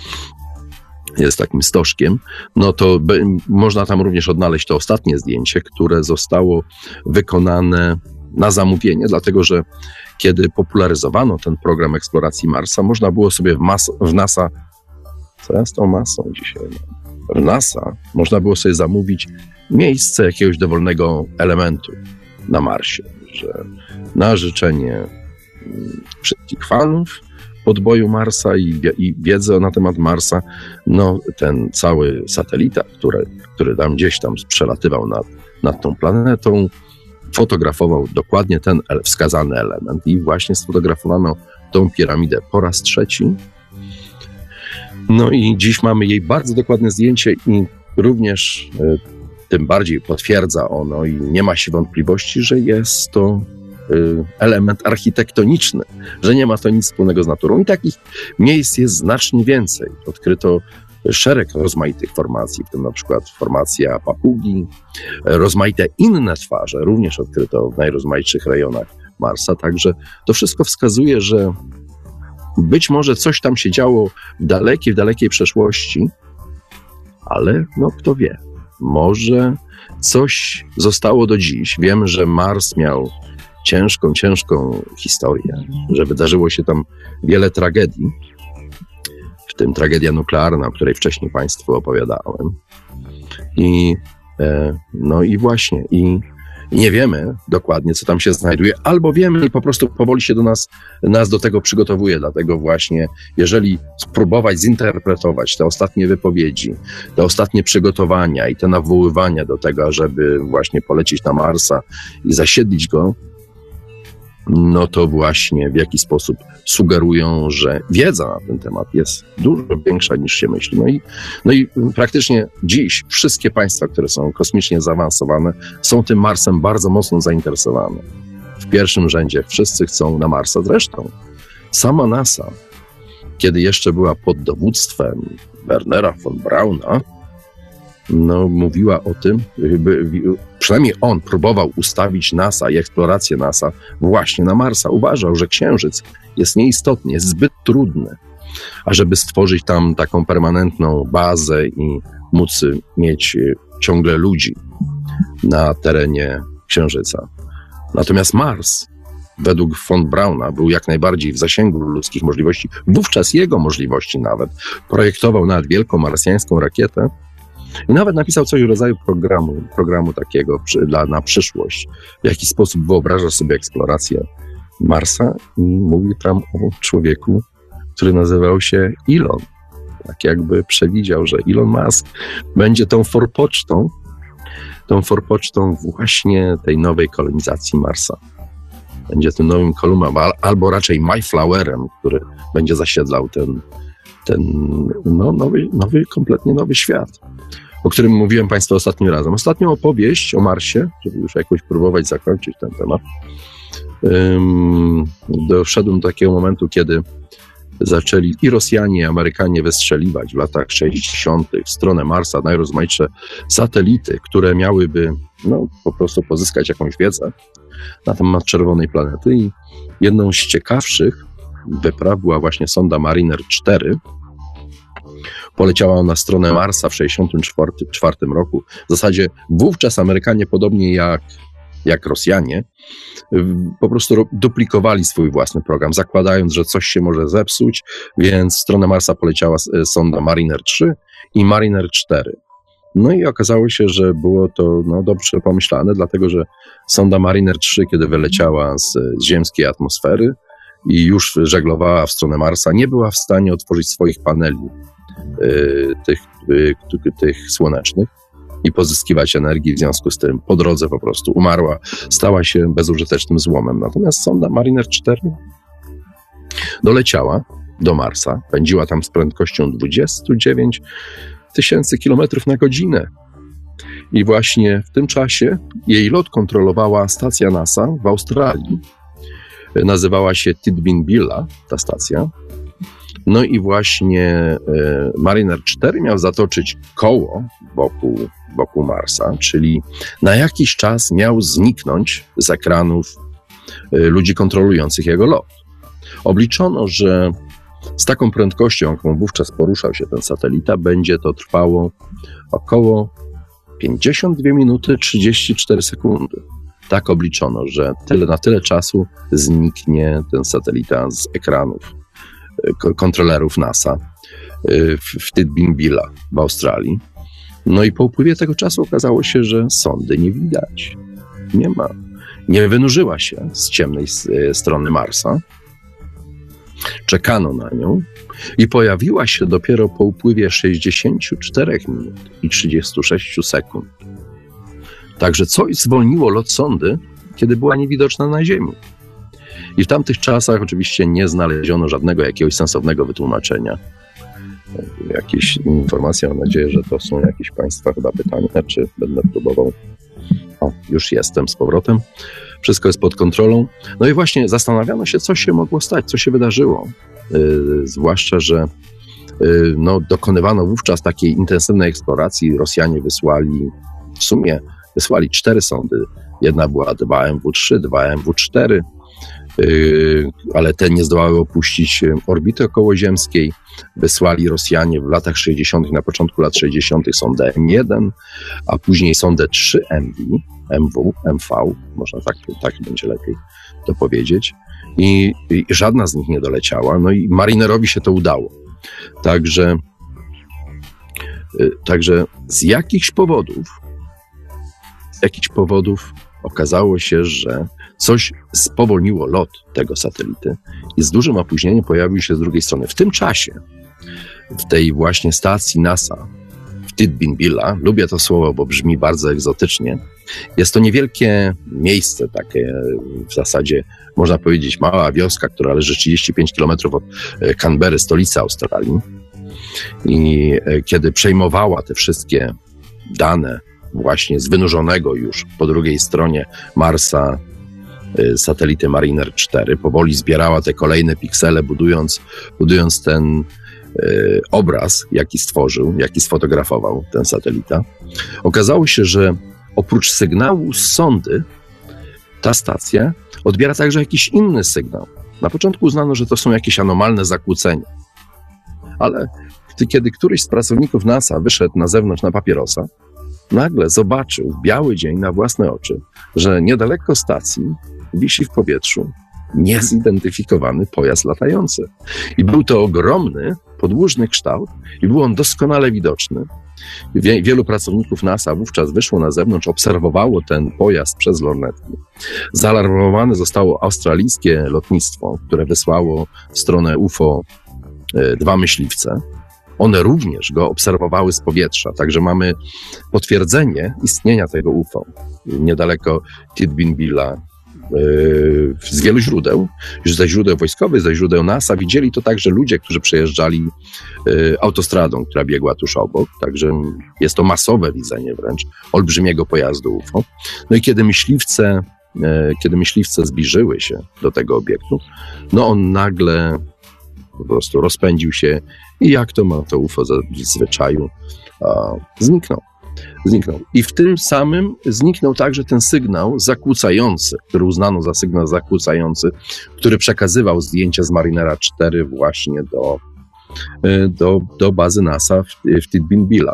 Jest takim stożkiem, no to by, można tam również odnaleźć to ostatnie zdjęcie, które zostało wykonane na zamówienie, dlatego że kiedy popularyzowano ten program eksploracji Marsa, można było sobie w, mas- w NASA, co ja z tą masą dzisiaj, w NASA można było sobie zamówić miejsce jakiegoś dowolnego elementu na Marsie, że na życzenie wszystkich fanów podboju Marsa i, i wiedzy na temat Marsa, no ten cały satelita, który, który tam gdzieś tam przelatywał nad, nad tą planetą, fotografował dokładnie ten wskazany element i właśnie sfotografowano tą piramidę po raz trzeci. No i dziś mamy jej bardzo dokładne zdjęcie i również y, tym bardziej potwierdza ono i nie ma się wątpliwości, że jest to y, element architektoniczny, że nie ma to nic wspólnego z naturą. I takich miejsc jest znacznie więcej. Odkryto szereg rozmaitych formacji, w tym na przykład formacja Papugi, rozmaite inne twarze również odkryto w najrozmaitszych rejonach Marsa, także to wszystko wskazuje, że być może coś tam się działo w dalekiej, w dalekiej przeszłości, ale no kto wie, może coś zostało do dziś. Wiem, że Mars miał ciężką, ciężką historię, że wydarzyło się tam wiele tragedii, w tym tragedia nuklearna, o której wcześniej Państwu opowiadałem. I e, no i właśnie, i, i nie wiemy dokładnie, co tam się znajduje, albo wiemy i po prostu powoli się do nas, nas do tego przygotowuje, dlatego właśnie, jeżeli spróbować zinterpretować te ostatnie wypowiedzi, te ostatnie przygotowania i te nawoływania do tego, żeby właśnie polecieć na Marsa i zasiedlić go, no to właśnie w jaki sposób sugerują, że wiedza na ten temat jest dużo większa niż się myśli. No i, no i praktycznie dziś wszystkie państwa, które są kosmicznie zaawansowane, są tym Marsem bardzo mocno zainteresowane. W pierwszym rzędzie wszyscy chcą na Marsa. Zresztą sama NASA, kiedy jeszcze była pod dowództwem Wernera von Brauna, no, mówiła o tym, by, przynajmniej on próbował ustawić NASA i eksplorację NASA właśnie na Marsa. Uważał, że Księżyc jest nieistotny, jest zbyt trudny, ażeby stworzyć tam taką permanentną bazę i móc mieć ciągle ludzi na terenie Księżyca. Natomiast Mars, według von Brauna, był jak najbardziej w zasięgu ludzkich możliwości, wówczas jego możliwości nawet. Projektował nawet wielką marsjańską rakietę, i nawet napisał coś w rodzaju programu, programu takiego przy, dla, na przyszłość, w jaki sposób wyobraża sobie eksplorację Marsa i mówi tam o człowieku, który nazywał się Elon. Tak jakby przewidział, że Elon Musk będzie tą forpocztą, tą forpocztą właśnie tej nowej kolonizacji Marsa. Będzie tym nowym Kolumem, albo raczej Mayflowerem, który będzie zasiedlał ten, ten no, nowy, nowy, kompletnie nowy świat, o którym mówiłem Państwu ostatnim razem. Ostatnią opowieść o Marsie, żeby już jakoś próbować zakończyć ten temat, um, doszedłem do takiego momentu, kiedy zaczęli i Rosjanie, i Amerykanie wystrzeliwać w latach sześćdziesiątych w stronę Marsa najrozmaitsze satelity, które miałyby no, po prostu pozyskać jakąś wiedzę na temat czerwonej planety. I jedną z ciekawszych wypraw była właśnie sonda Mariner cztery. Poleciała ona na stronę Marsa w sześćdziesiątym czwartym roku. W zasadzie wówczas Amerykanie, podobnie jak, jak Rosjanie, po prostu duplikowali swój własny program, zakładając, że coś się może zepsuć, więc w stronę Marsa poleciała sonda Mariner trzy i Mariner cztery. No i okazało się, że było to no, dobrze pomyślane, dlatego że sonda Mariner trzy, kiedy wyleciała z, z ziemskiej atmosfery i już żeglowała w stronę Marsa, nie była w stanie otworzyć swoich paneli y, tych, y, tych słonecznych i pozyskiwać energii, w związku z tym po drodze po prostu umarła, stała się bezużytecznym złomem. Natomiast sonda Mariner cztery doleciała do Marsa, pędziła tam z prędkością dwadzieścia dziewięć tysięcy kilometrów na godzinę. I właśnie w tym czasie jej lot kontrolowała stacja NASA w Australii. Nazywała się Tidbinbilla, ta stacja. No i właśnie e, Mariner cztery miał zatoczyć koło wokół, wokół Marsa, czyli na jakiś czas miał zniknąć z ekranów e, ludzi kontrolujących jego lot. Obliczono, że z taką prędkością, jaką wówczas poruszał się ten satelita, będzie to trwało około pięćdziesiąt dwie minuty trzydzieści cztery sekundy. Tak obliczono, że tyle, na tyle czasu zniknie ten satelita z ekranów kontrolerów NASA w, w Tidbinbilla w Australii. No i po upływie tego czasu okazało się, że sondy nie widać. Nie ma. Nie wynurzyła się z ciemnej strony Marsa. Czekano na nią i pojawiła się dopiero po upływie sześćdziesięciu czterech minut i trzydziestu sześciu sekund. Także coś zwolniło lot sondy, kiedy była niewidoczna na Ziemi. I w tamtych czasach oczywiście nie znaleziono żadnego jakiegoś sensownego wytłumaczenia. Jakieś informacje, mam nadzieję, że to są jakieś Państwa chyba pytania, czy będę próbował. O, już jestem z powrotem. Wszystko jest pod kontrolą. No i właśnie zastanawiano się, co się mogło stać, co się wydarzyło. Yy, zwłaszcza, że yy, no, dokonywano wówczas takiej intensywnej eksploracji. Rosjanie wysłali, w sumie wysłali cztery sondy. Jedna była dwa M W trzy, dwa M W cztery, yy, ale te nie zdołały opuścić orbity okołoziemskiej. Wysłali Rosjanie w latach sześćdziesiątych, na początku lat sześćdziesiątych sondę M jeden, a później sondę trzy M V, M W, M V, można tak, tak będzie lepiej to powiedzieć. I, I żadna z nich nie doleciała. No i Marinerowi się to udało. Także, także z jakichś powodów, z jakichś powodów okazało się, że coś spowolniło lot tego satelity i z dużym opóźnieniem pojawił się z drugiej strony. W tym czasie, w tej właśnie stacji NASA w Tidbinbilla, lubię to słowo, bo brzmi bardzo egzotycznie, jest to niewielkie miejsce, takie w zasadzie można powiedzieć mała wioska, która leży trzydzieści pięć kilometrów od Canberry, stolicy Australii. I kiedy przejmowała te wszystkie dane właśnie z wynurzonego już po drugiej stronie Marsa satelity Mariner cztery, powoli zbierała te kolejne piksele, budując, budując ten y, obraz, jaki stworzył, jaki sfotografował ten satelita. Okazało się, że oprócz sygnału z sondy, ta stacja odbiera także jakiś inny sygnał. Na początku uznano, że to są jakieś anomalne zakłócenia, ale kiedy któryś z pracowników NASA wyszedł na zewnątrz na papierosa, nagle zobaczył w biały dzień na własne oczy, że niedaleko stacji wisi w powietrzu niezidentyfikowany pojazd latający. I był to ogromny, podłużny kształt i był on doskonale widoczny. Wie, wielu pracowników NASA wówczas wyszło na zewnątrz, obserwowało ten pojazd przez lornetki. Zaalarmowane zostało australijskie lotnictwo, które wysłało w stronę U F O y, dwa myśliwce. One również go obserwowały z powietrza, także mamy potwierdzenie istnienia tego U F O niedaleko Tidbinbilla z wielu źródeł, ze źródeł wojskowych, ze źródeł NASA. Widzieli to także ludzie, którzy przejeżdżali autostradą, która biegła tuż obok. Także jest to masowe widzenie wręcz olbrzymiego pojazdu U F O. No i kiedy myśliwce, kiedy myśliwce zbliżyły się do tego obiektu, no on nagle po prostu rozpędził się i jak to ma to U F O w zwyczaju, zniknął. Zniknął. I w tym samym zniknął także ten sygnał zakłócający, który uznano za sygnał zakłócający, który przekazywał zdjęcia z Marinera cztery właśnie do, do, do bazy NASA w, w Tidbinbilla.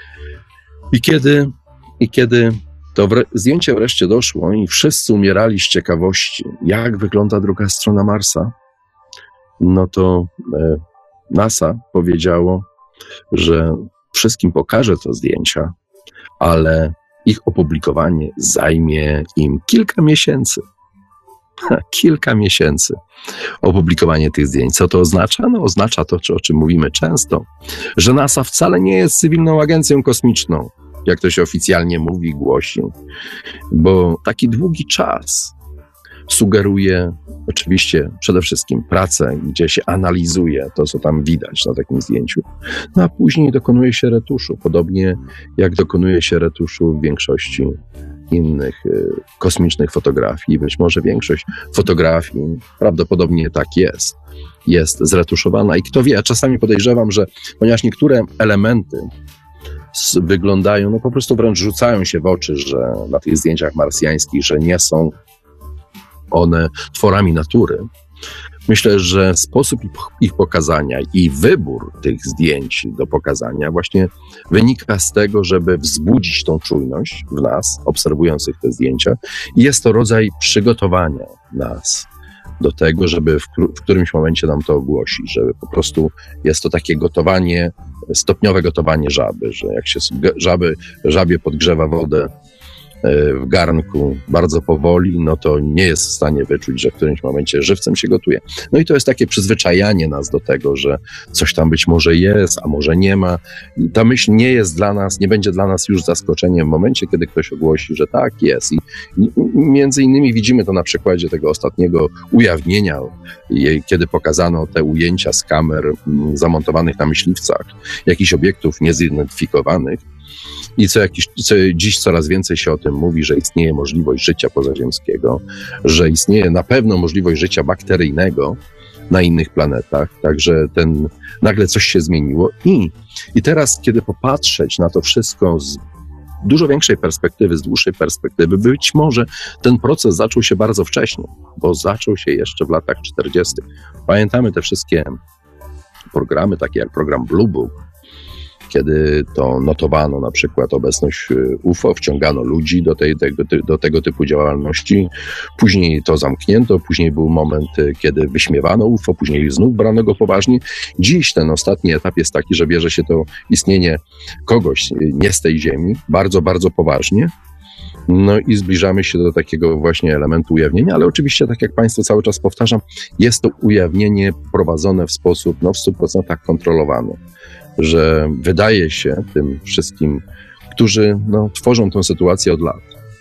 I kiedy, i kiedy to wre- zdjęcie wreszcie doszło i wszyscy umierali z ciekawości, jak wygląda druga strona Marsa, no to e, NASA powiedziało, że wszystkim pokaże to zdjęcia, ale ich opublikowanie zajmie im kilka miesięcy. Ha, kilka miesięcy. Opublikowanie tych zdjęć. Co to oznacza? No oznacza to, o czym mówimy często, że NASA wcale nie jest cywilną agencją kosmiczną, jak to się oficjalnie mówi, głosi, bo taki długi czas sugeruje oczywiście przede wszystkim pracę, gdzie się analizuje to, co tam widać na takim zdjęciu, no a później dokonuje się retuszu, podobnie jak dokonuje się retuszu w większości innych y, kosmicznych fotografii. Być może większość fotografii, prawdopodobnie tak jest, jest zretuszowana i kto wie, a czasami podejrzewam, że ponieważ niektóre elementy s- wyglądają, no po prostu wręcz rzucają się w oczy, że na tych zdjęciach marsjańskich, że nie są one tworami natury. Myślę, że sposób ich pokazania i wybór tych zdjęć do pokazania właśnie wynika z tego, żeby wzbudzić tą czujność w nas, obserwujących te zdjęcia. I jest to rodzaj przygotowania nas do tego, żeby w, w którymś momencie nam to ogłosić, że po prostu jest to takie gotowanie, stopniowe gotowanie żaby, że jak się żaby, żabie podgrzewa wodę w garnku bardzo powoli, no to nie jest w stanie wyczuć, że w którymś momencie żywcem się gotuje. No i to jest takie przyzwyczajanie nas do tego, że coś tam być może jest, a może nie ma. I ta myśl nie jest dla nas, nie będzie dla nas już zaskoczeniem w momencie, kiedy ktoś ogłosi, że tak jest. I, i między innymi widzimy to na przykładzie tego ostatniego ujawnienia, kiedy pokazano te ujęcia z kamer zamontowanych na myśliwcach, jakichś obiektów niezidentyfikowanych. I co jakiś, co dziś coraz więcej się o tym mówi, że istnieje możliwość życia pozaziemskiego, że istnieje na pewno możliwość życia bakteryjnego na innych planetach, także ten, nagle coś się zmieniło. I, i teraz, kiedy popatrzeć na to wszystko z dużo większej perspektywy, z dłuższej perspektywy, być może ten proces zaczął się bardzo wcześnie, bo zaczął się jeszcze w latach czterdziestych. Pamiętamy te wszystkie programy, takie jak program Blue Book, kiedy to notowano na przykład obecność U F O, wciągano ludzi do, tej, tego, do tego typu działalności, później to zamknięto, później był moment, kiedy wyśmiewano U F O, później znów brano go poważnie. Dziś ten ostatni etap jest taki, że bierze się to istnienie kogoś nie z tej Ziemi bardzo, bardzo poważnie. No i zbliżamy się do takiego właśnie elementu ujawnienia, ale oczywiście, tak jak Państwu cały czas powtarzam, jest to ujawnienie prowadzone w sposób no, w stu procentach kontrolowany. Że wydaje się tym wszystkim, którzy no, tworzą tę sytuację od lat,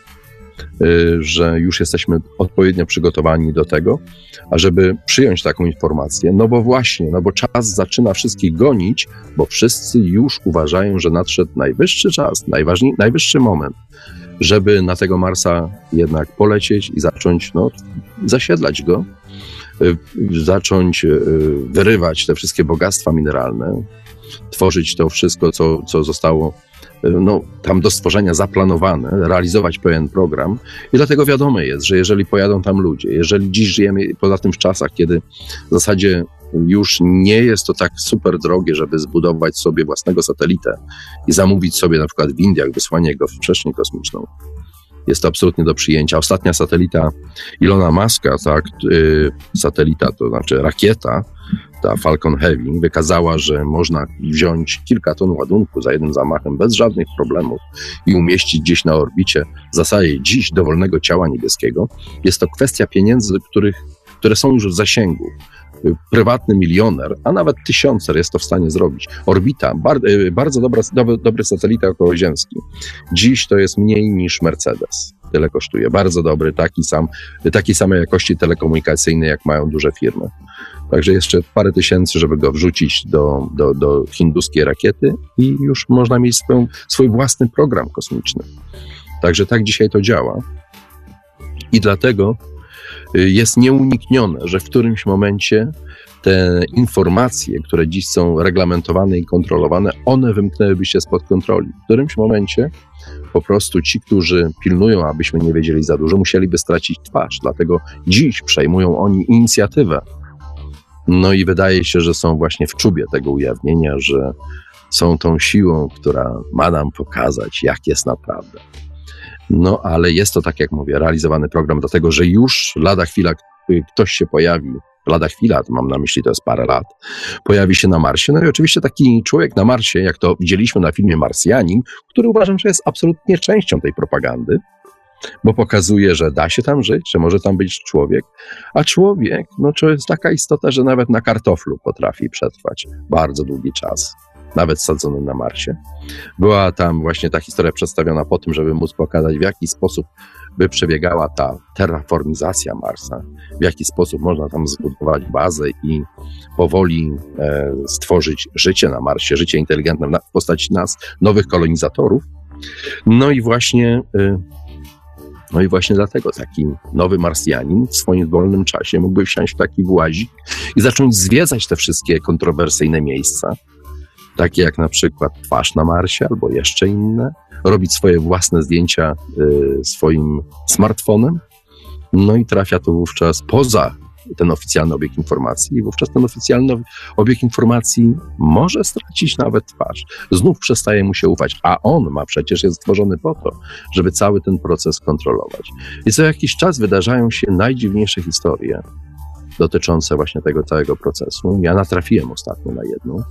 yy, że już jesteśmy odpowiednio przygotowani do tego, ażeby przyjąć taką informację, no bo właśnie, no bo czas zaczyna wszystkich gonić, bo wszyscy już uważają, że nadszedł najwyższy czas, najważniej, najwyższy moment, żeby na tego Marsa jednak polecieć i zacząć no, zasiedlać go, yy, zacząć yy, wyrywać te wszystkie bogactwa mineralne, tworzyć to wszystko, co, co zostało no, tam do stworzenia zaplanowane, realizować pewien program i dlatego wiadome jest, że jeżeli pojadą tam ludzie, jeżeli dziś żyjemy poza tym w czasach, kiedy w zasadzie już nie jest to tak super drogie, żeby zbudować sobie własnego satelitę i zamówić sobie na przykład w Indiach wysłanie go w przestrzeń kosmiczną. Jest to absolutnie do przyjęcia. Ostatnia satelita Ilona Muska, tak, yy, satelita, to znaczy rakieta, ta Falcon Heavy, wykazała, że można wziąć kilka ton ładunku za jednym zamachem bez żadnych problemów i umieścić gdzieś na orbicie w zasadzie dziś dowolnego ciała niebieskiego. Jest to kwestia pieniędzy, których, które są już w zasięgu. Prywatny milioner, a nawet tysiącer jest to w stanie zrobić. Orbita, bar, bardzo dobra, dobry, dobry satelita okołoziemski. Dziś to jest mniej niż Mercedes. tyle kosztuje. Bardzo dobry, taki sam, takiej samej jakości telekomunikacyjnej, jak mają duże firmy. Także jeszcze parę tysięcy, żeby go wrzucić do, do, do hinduskiej rakiety i już można mieć swój, swój własny program kosmiczny. Także tak dzisiaj to działa. I dlatego jest nieuniknione, że w którymś momencie te informacje, które dziś są reglamentowane i kontrolowane, one wymknęłyby się spod kontroli. W którymś momencie po prostu ci, którzy pilnują, abyśmy nie wiedzieli za dużo, musieliby stracić twarz. Dlatego dziś przejmują oni inicjatywę. No i wydaje się, że są właśnie w czubie tego ujawnienia, że są tą siłą, która ma nam pokazać, jak jest naprawdę. No ale jest to, tak jak mówię, realizowany program, dlatego że już lada chwila ktoś się pojawi, lada chwila, to mam na myśli, to jest parę lat, pojawi się na Marsie. No i oczywiście taki człowiek na Marsie, jak to widzieliśmy na filmie Marsjanin, który uważam, że jest absolutnie częścią tej propagandy, bo pokazuje, że da się tam żyć, że może tam być człowiek, a człowiek, no to jest taka istota, że nawet na kartoflu potrafi przetrwać bardzo długi czas, nawet sadzony na Marsie. Była tam właśnie ta historia przedstawiona po tym, żeby móc pokazać, w jaki sposób by przebiegała ta terraformizacja Marsa, w jaki sposób można tam zbudować bazę i powoli e, stworzyć życie na Marsie, życie inteligentne w postaci nas, nowych kolonizatorów. No i właśnie... E, No i właśnie dlatego taki nowy Marsjanin w swoim wolnym czasie mógłby wsiąść w taki włazik i zacząć zwiedzać te wszystkie kontrowersyjne miejsca, takie jak na przykład Twarz na Marsie albo jeszcze inne, robić swoje własne zdjęcia y, swoim smartfonem, no i trafia to wówczas poza ten oficjalny obieg informacji i wówczas ten oficjalny obieg informacji może stracić nawet twarz. Znów przestaje mu się ufać, a on ma przecież jest stworzony po to, żeby cały ten proces kontrolować. I co jakiś czas wydarzają się najdziwniejsze historie dotyczące właśnie tego całego procesu. Ja natrafiłem ostatnio na jedną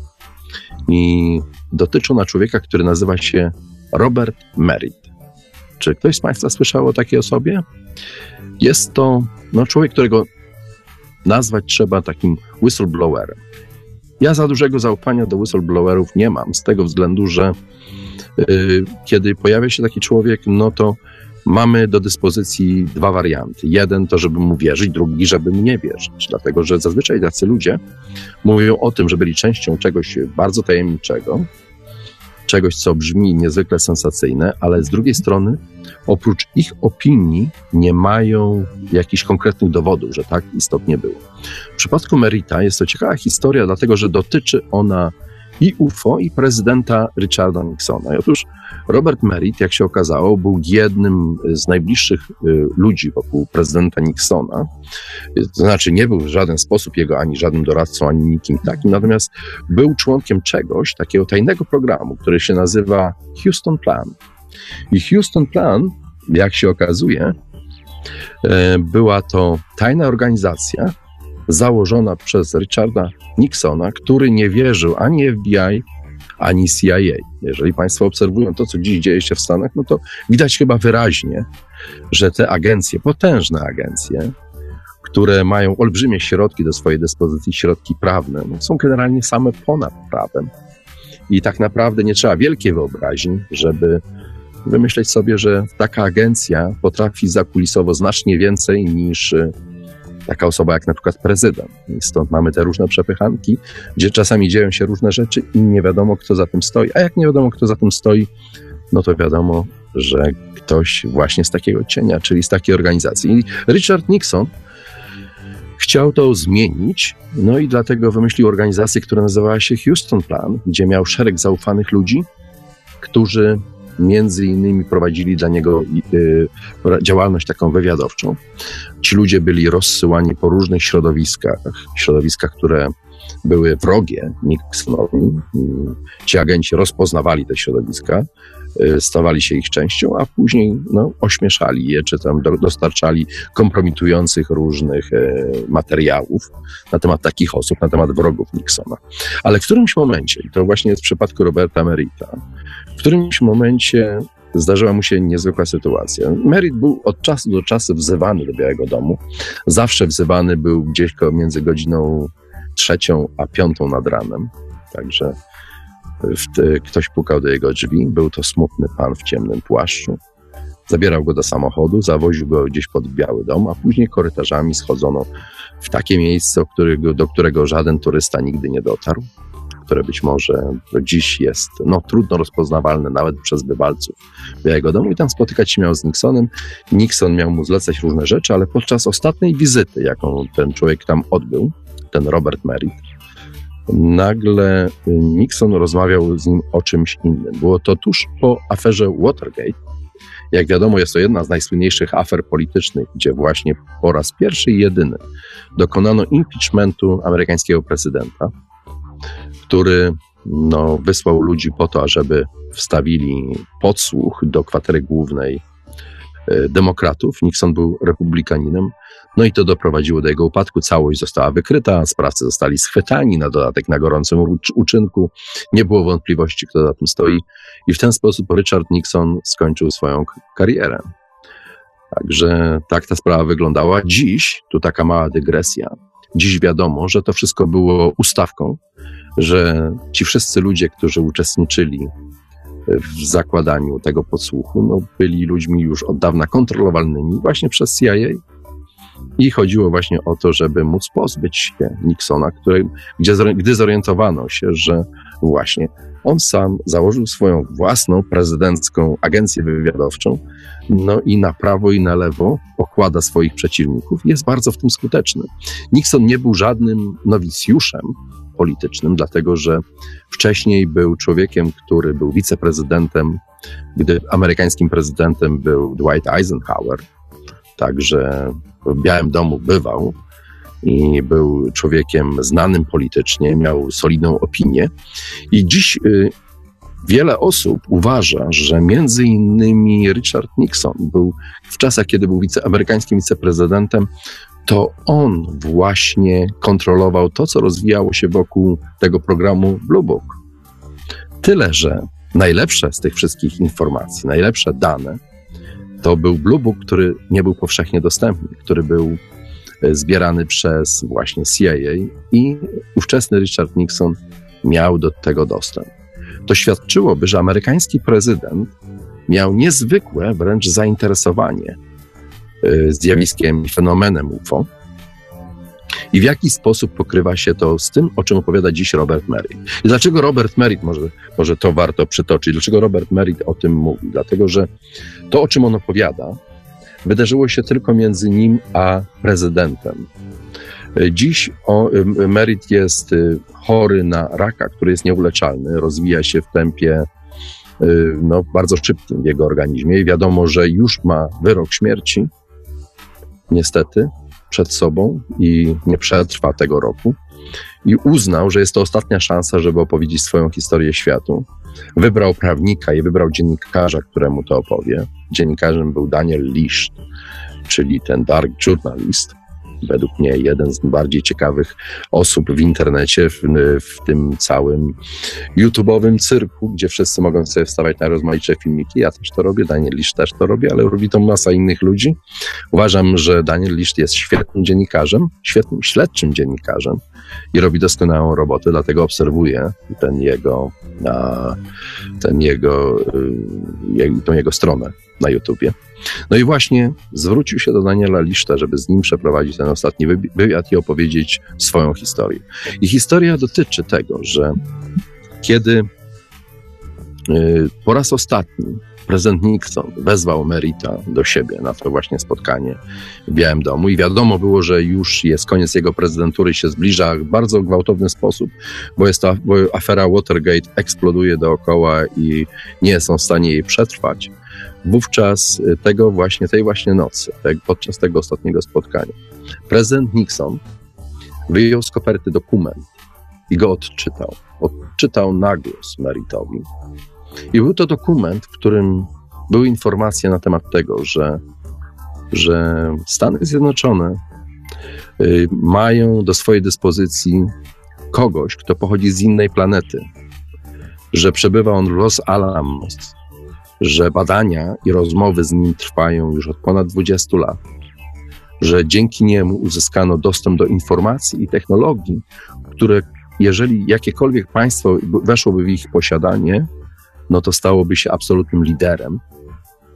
i dotyczy ona człowieka, który nazywa się Robert Merritt. Czy ktoś z Państwa słyszał o takiej osobie? Jest to no, człowiek, którego nazwać trzeba takim whistleblowerem. Ja za dużego zaufania do whistleblowerów nie mam, z tego względu, że yy, kiedy pojawia się taki człowiek, no to mamy do dyspozycji dwa warianty. Jeden to, żeby mu wierzyć, drugi, żeby mu nie wierzyć. Dlatego, że zazwyczaj tacy ludzie mówią o tym, że byli częścią czegoś bardzo tajemniczego, czegoś, co brzmi niezwykle sensacyjne, ale z drugiej strony oprócz ich opinii nie mają jakichś konkretnych dowodów, że tak istotnie było. W przypadku Merritta jest to ciekawa historia, dlatego że dotyczy ona i U F O, i prezydenta Richarda Nixona. I otóż Robert Merritt, jak się okazało, był jednym z najbliższych ludzi wokół prezydenta Nixona. To znaczy nie był w żaden sposób jego ani żadnym doradcą, ani nikim takim, natomiast był członkiem czegoś, takiego tajnego programu, który się nazywa Houston Plan. I Houston Plan, jak się okazuje, była to tajna organizacja założona przez Richarda Nixona, który nie wierzył ani F B I, ani C I A. Jeżeli Państwo obserwują to, co dziś dzieje się w Stanach, no to widać chyba wyraźnie, że te agencje, potężne agencje, które mają olbrzymie środki do swojej dyspozycji, środki prawne, no są generalnie same ponad prawem. I tak naprawdę nie trzeba wielkiej wyobraźni, żeby wymyśleć sobie, że taka agencja potrafi zakulisowo znacznie więcej niż taka osoba jak na przykład prezydent. I stąd mamy te różne przepychanki, gdzie czasami dzieją się różne rzeczy i nie wiadomo, kto za tym stoi. A jak nie wiadomo, kto za tym stoi, no to wiadomo, że ktoś właśnie z takiego cienia, czyli z takiej organizacji. I Richard Nixon chciał to zmienić, no i dlatego wymyślił organizację, która nazywała się Houston Plan, gdzie miał szereg zaufanych ludzi, którzy między innymi prowadzili dla niego y, działalność taką wywiadowczą. Ci ludzie byli rozsyłani po różnych środowiskach, środowiskach, które były wrogie Nixonowi. Ci agenci rozpoznawali te środowiska, y, stawali się ich częścią, a później no, ośmieszali je, czy tam do, dostarczali kompromitujących różnych y, materiałów na temat takich osób, na temat wrogów Nixona. Ale w którymś momencie, i to właśnie jest w przypadku Roberta Merritta, w którymś momencie zdarzyła mu się niezwykła sytuacja. Merritt był od czasu do czasu wzywany do Białego Domu. Zawsze wzywany był gdzieś między godziną trzecią a piątą nad ranem. Także w te, ktoś pukał do jego drzwi. Był to smutny pan w ciemnym płaszczu. zabierał go do samochodu, zawoził go gdzieś pod Biały Dom, a później korytarzami schodzono w takie miejsce, którego, do którego żaden turysta nigdy nie dotarł, które być może do dziś jest no, trudno rozpoznawalne nawet przez bywalców Białego Domu, i tam spotykać się miał z Nixonem. Nixon miał mu zlecać różne rzeczy, ale podczas ostatniej wizyty, jaką ten człowiek tam odbył, ten Robert Merritt, nagle Nixon rozmawiał z nim o czymś innym. Było to tuż po aferze Watergate. Jak wiadomo, jest to jedna z najsłynniejszych afer politycznych, gdzie właśnie po raz pierwszy i jedyny dokonano impeachmentu amerykańskiego prezydenta, który no, wysłał ludzi po to, ażeby wstawili podsłuch do kwatery głównej demokratów. Nixon był republikaninem, no i to doprowadziło do jego upadku. Całość została wykryta, sprawcy zostali schwytani, na dodatek na gorącym uczynku. Nie było wątpliwości, kto za tym stoi, i w ten sposób Richard Nixon skończył swoją karierę. Także tak ta sprawa wyglądała. Dziś, tu taka mała dygresja, dziś wiadomo, że to wszystko było ustawką, że ci wszyscy ludzie, którzy uczestniczyli w zakładaniu tego podsłuchu, no, byli ludźmi już od dawna kontrolowalnymi właśnie przez C I A, i chodziło właśnie o to, żeby móc pozbyć się Nixona, który, gdzie, gdy zorientowano się, że właśnie on sam założył swoją własną prezydencką agencję wywiadowczą, no i na prawo i na lewo okłada swoich przeciwników, jest bardzo w tym skuteczny. Nixon nie był żadnym nowicjuszem politycznym, dlatego że wcześniej był człowiekiem, który był wiceprezydentem, gdy amerykańskim prezydentem był Dwight Eisenhower, także w Białym Domu bywał i był człowiekiem znanym politycznie, miał solidną opinię, i dziś y, wiele osób uważa, że między innymi Richard Nixon był w czasach, kiedy był wice, amerykańskim wiceprezydentem, to on właśnie kontrolował to, co rozwijało się wokół tego programu Blue Book. Tyle, że najlepsze z tych wszystkich informacji, najlepsze dane, to był Blue Book, który nie był powszechnie dostępny, który był zbierany przez właśnie C I A, i ówczesny Richard Nixon miał do tego dostęp. To świadczyłoby, że amerykański prezydent miał niezwykłe wręcz zainteresowanie zjawiskiem i fenomenem U F O, i w jaki sposób pokrywa się to z tym, o czym opowiada dziś Robert Merritt. I dlaczego Robert Merritt, może, może to warto przytoczyć, dlaczego Robert Merritt o tym mówi? Dlatego, że to, o czym on opowiada, wydarzyło się tylko między nim a prezydentem. Dziś o, Merritt jest chory na raka, który jest nieuleczalny, rozwija się w tempie no, bardzo szybkim w jego organizmie, i wiadomo, że już ma wyrok śmierci, niestety, przed sobą, i nie przetrwa tego roku, i uznał, że jest to ostatnia szansa, żeby opowiedzieć swoją historię światu. Wybrał prawnika i wybrał dziennikarza, któremu to opowie. Dziennikarzem był Daniel Licht, czyli ten dark journalist, według mnie jeden z bardziej ciekawych osób w internecie, w, w tym całym YouTube'owym cyrku, gdzie wszyscy mogą sobie wstawiać na rozmaicie filmiki. Ja też to robię, Daniel Licht też to robi, ale robi to masa innych ludzi. Uważam, że Daniel Licht jest świetnym dziennikarzem, świetnym śledczym dziennikarzem i robi doskonałą robotę, dlatego obserwuję ten jego, ten jego, tą jego stronę na YouTubie. No i właśnie zwrócił się do Daniela Lichta, żeby z nim przeprowadzić ten ostatni wywiad i opowiedzieć swoją historię. I historia dotyczy tego, że kiedy po raz ostatni prezydent Nixon wezwał Merritta do siebie na to właśnie spotkanie w Białym Domu, i wiadomo było, że już jest koniec jego prezydentury, się zbliża w bardzo gwałtowny sposób, bo, jest to, bo afera Watergate eksploduje dookoła i nie są w stanie jej przetrwać. Wówczas tego właśnie, tej właśnie nocy, podczas tego ostatniego spotkania, prezydent Nixon wyjął z koperty dokument i go odczytał. Odczytał na głos Merrittowi. I był to dokument, w którym były informacje na temat tego, że, że Stany Zjednoczone y, mają do swojej dyspozycji kogoś, kto pochodzi z innej planety, że przebywa on w Los Alamos, że badania i rozmowy z nim trwają już od ponad dwudziestu lat, że dzięki niemu uzyskano dostęp do informacji i technologii, które jeżeli jakiekolwiek państwo weszłoby w ich posiadanie, no to stałoby się absolutnym liderem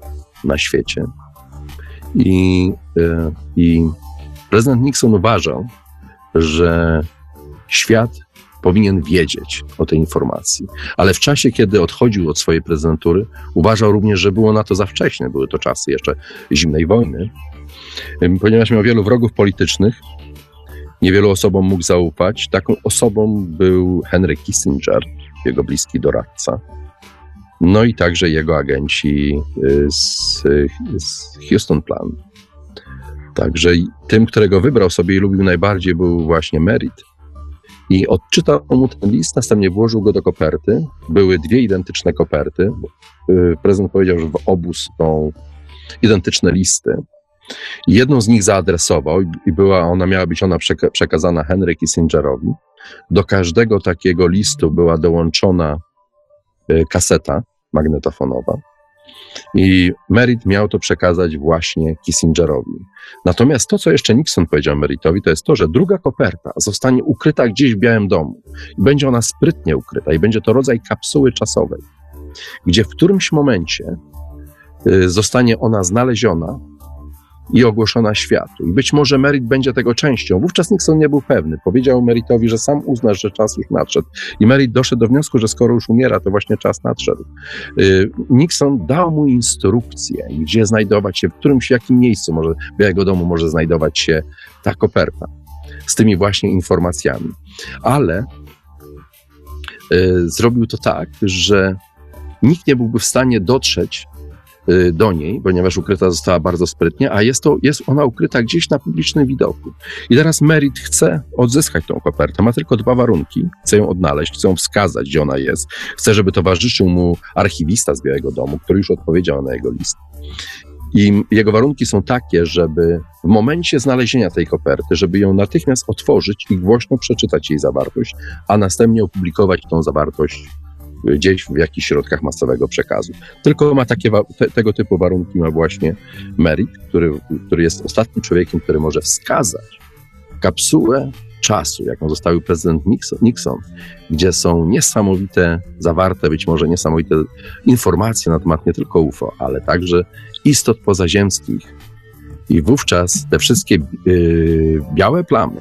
na świecie. I, i prezydent Nixon uważał, że świat powinien wiedzieć o tej informacji. Ale w czasie, kiedy odchodził od swojej prezydentury, uważał również, że było na to za wcześnie. Były to czasy jeszcze zimnej wojny. Ponieważ miał wielu wrogów politycznych, niewielu osobom mógł zaufać. Taką osobą był Henry Kissinger, jego bliski doradca. No i także jego agenci z, z Houston Plan. Także tym, którego wybrał sobie i lubił najbardziej, był właśnie Merritt. I odczytał mu ten list, następnie włożył go do koperty. Były dwie identyczne koperty. Prezydent powiedział, że w obu są identyczne listy. Jedną z nich zaadresował i była ona, miała być ona przeka- przekazana Henry Kissingerowi. Do każdego takiego listu była dołączona kaseta magnetofonowa i Merritt miał to przekazać właśnie Kissingerowi. Natomiast to, co jeszcze Nixon powiedział Merrittowi, to jest to, że druga koperta zostanie ukryta gdzieś w Białym Domu i będzie ona sprytnie ukryta i będzie to rodzaj kapsuły czasowej, gdzie w którymś momencie zostanie ona znaleziona i ogłoszona światu. I być może Merritt będzie tego częścią. Wówczas Nixon nie był pewny. Powiedział Merrittowi, że sam uznasz, że czas już nadszedł. I Merritt doszedł do wniosku, że skoro już umiera, to właśnie czas nadszedł. Nixon dał mu instrukcję, gdzie znajdować się, w którymś, w jakim miejscu może, Białego Domu może znajdować się ta koperta z tymi właśnie informacjami. Ale y, zrobił to tak, że nikt nie byłby w stanie dotrzeć do niej, ponieważ ukryta została bardzo sprytnie, a jest, to, jest ona ukryta gdzieś na publicznym widoku. I teraz Merritt chce odzyskać tą kopertę. Ma tylko dwa warunki. Chce ją odnaleźć, chce ją wskazać, gdzie ona jest. Chce, żeby towarzyszył mu archiwista z Białego Domu, który już odpowiedział na jego list. I jego warunki są takie, żeby w momencie znalezienia tej koperty, żeby ją natychmiast otworzyć i głośno przeczytać jej zawartość, a następnie opublikować tą zawartość gdzieś w jakichś środkach masowego przekazu. Tylko ma takie, te, tego typu warunki ma właśnie Merritt, który, który jest ostatnim człowiekiem, który może wskazać kapsułę czasu, jaką zostawił prezydent Nixon, Nixon, gdzie są niesamowite, zawarte być może niesamowite informacje na temat nie tylko U F O, ale także istot pozaziemskich. I wówczas te wszystkie yy, białe plamy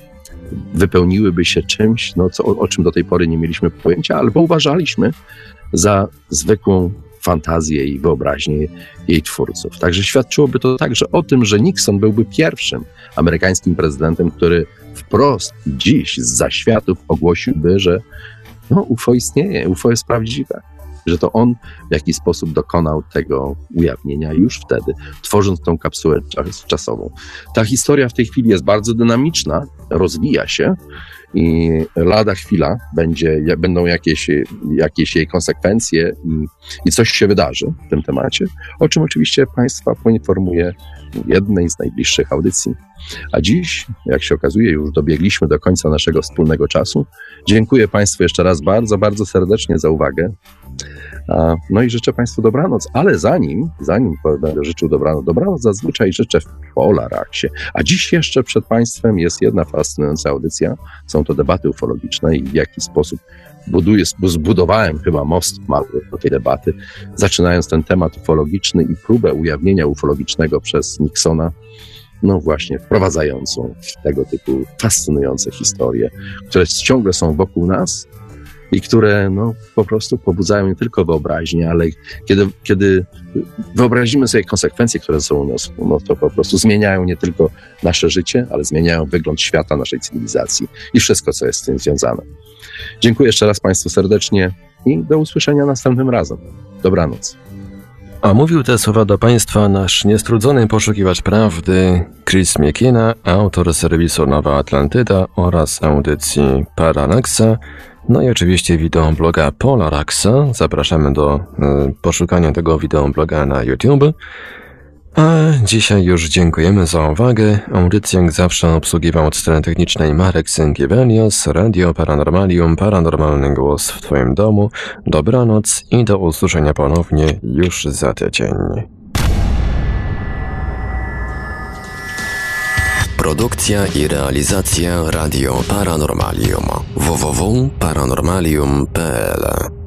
wypełniłyby się czymś, no, co, o, o czym do tej pory nie mieliśmy pojęcia, albo uważaliśmy za zwykłą fantazję i wyobraźnię jej twórców. Także świadczyłoby to także o tym, że Nixon byłby pierwszym amerykańskim prezydentem, który wprost dziś z zaświatów ogłosiłby, że no, U F O istnieje, U F O jest prawdziwe. Że to on w jakiś sposób dokonał tego ujawnienia już wtedy, tworząc tą kapsułę czasową. Ta historia w tej chwili jest bardzo dynamiczna, rozwija się i lada chwila będzie, będą jakieś, jakieś jej konsekwencje i, i coś się wydarzy w tym temacie, o czym oczywiście Państwa poinformuję w jednej z najbliższych audycji. A dziś, jak się okazuje, już dobiegliśmy do końca naszego wspólnego czasu. Dziękuję Państwu jeszcze raz bardzo, bardzo serdecznie za uwagę. No i życzę Państwu dobranoc, ale zanim, zanim będę życzył dobranoc, dobranoc zazwyczaj życzę w Polaraksie. A dziś jeszcze przed Państwem jest jedna fascynująca audycja. Są to debaty ufologiczne i w jaki sposób buduję, zbudowałem chyba most mały do tej debaty, zaczynając ten temat ufologiczny i próbę ujawnienia ufologicznego przez Nixona, no właśnie wprowadzającą tego typu fascynujące historie, które ciągle są wokół nas i które no, po prostu pobudzają nie tylko wyobraźnię, ale kiedy, kiedy wyobrazimy sobie konsekwencje, które są uniosłe, no to po prostu zmieniają nie tylko nasze życie, ale zmieniają wygląd świata, naszej cywilizacji i wszystko, co jest z tym związane. Dziękuję jeszcze raz Państwu serdecznie i do usłyszenia następnym razem. Dobranoc. A mówił te słowa do Państwa nasz niestrudzony poszukiwacz prawdy Chris McKenna, autor serwisu Nowa Atlantyda oraz audycji Paralaksa, no i oczywiście wideobloga Polaraxa. Zapraszamy do y, poszukania tego wideobloga na YouTube. A dzisiaj już dziękujemy za uwagę. Audycję jak zawsze obsługiwał od strony technicznej Marek Sękiewelios, Radio Paranormalium, paranormalny głos w Twoim domu. Dobranoc i do usłyszenia ponownie już za tydzień. Produkcja i realizacja Radio Paranormalium. w w w kropka paranormalium kropka p l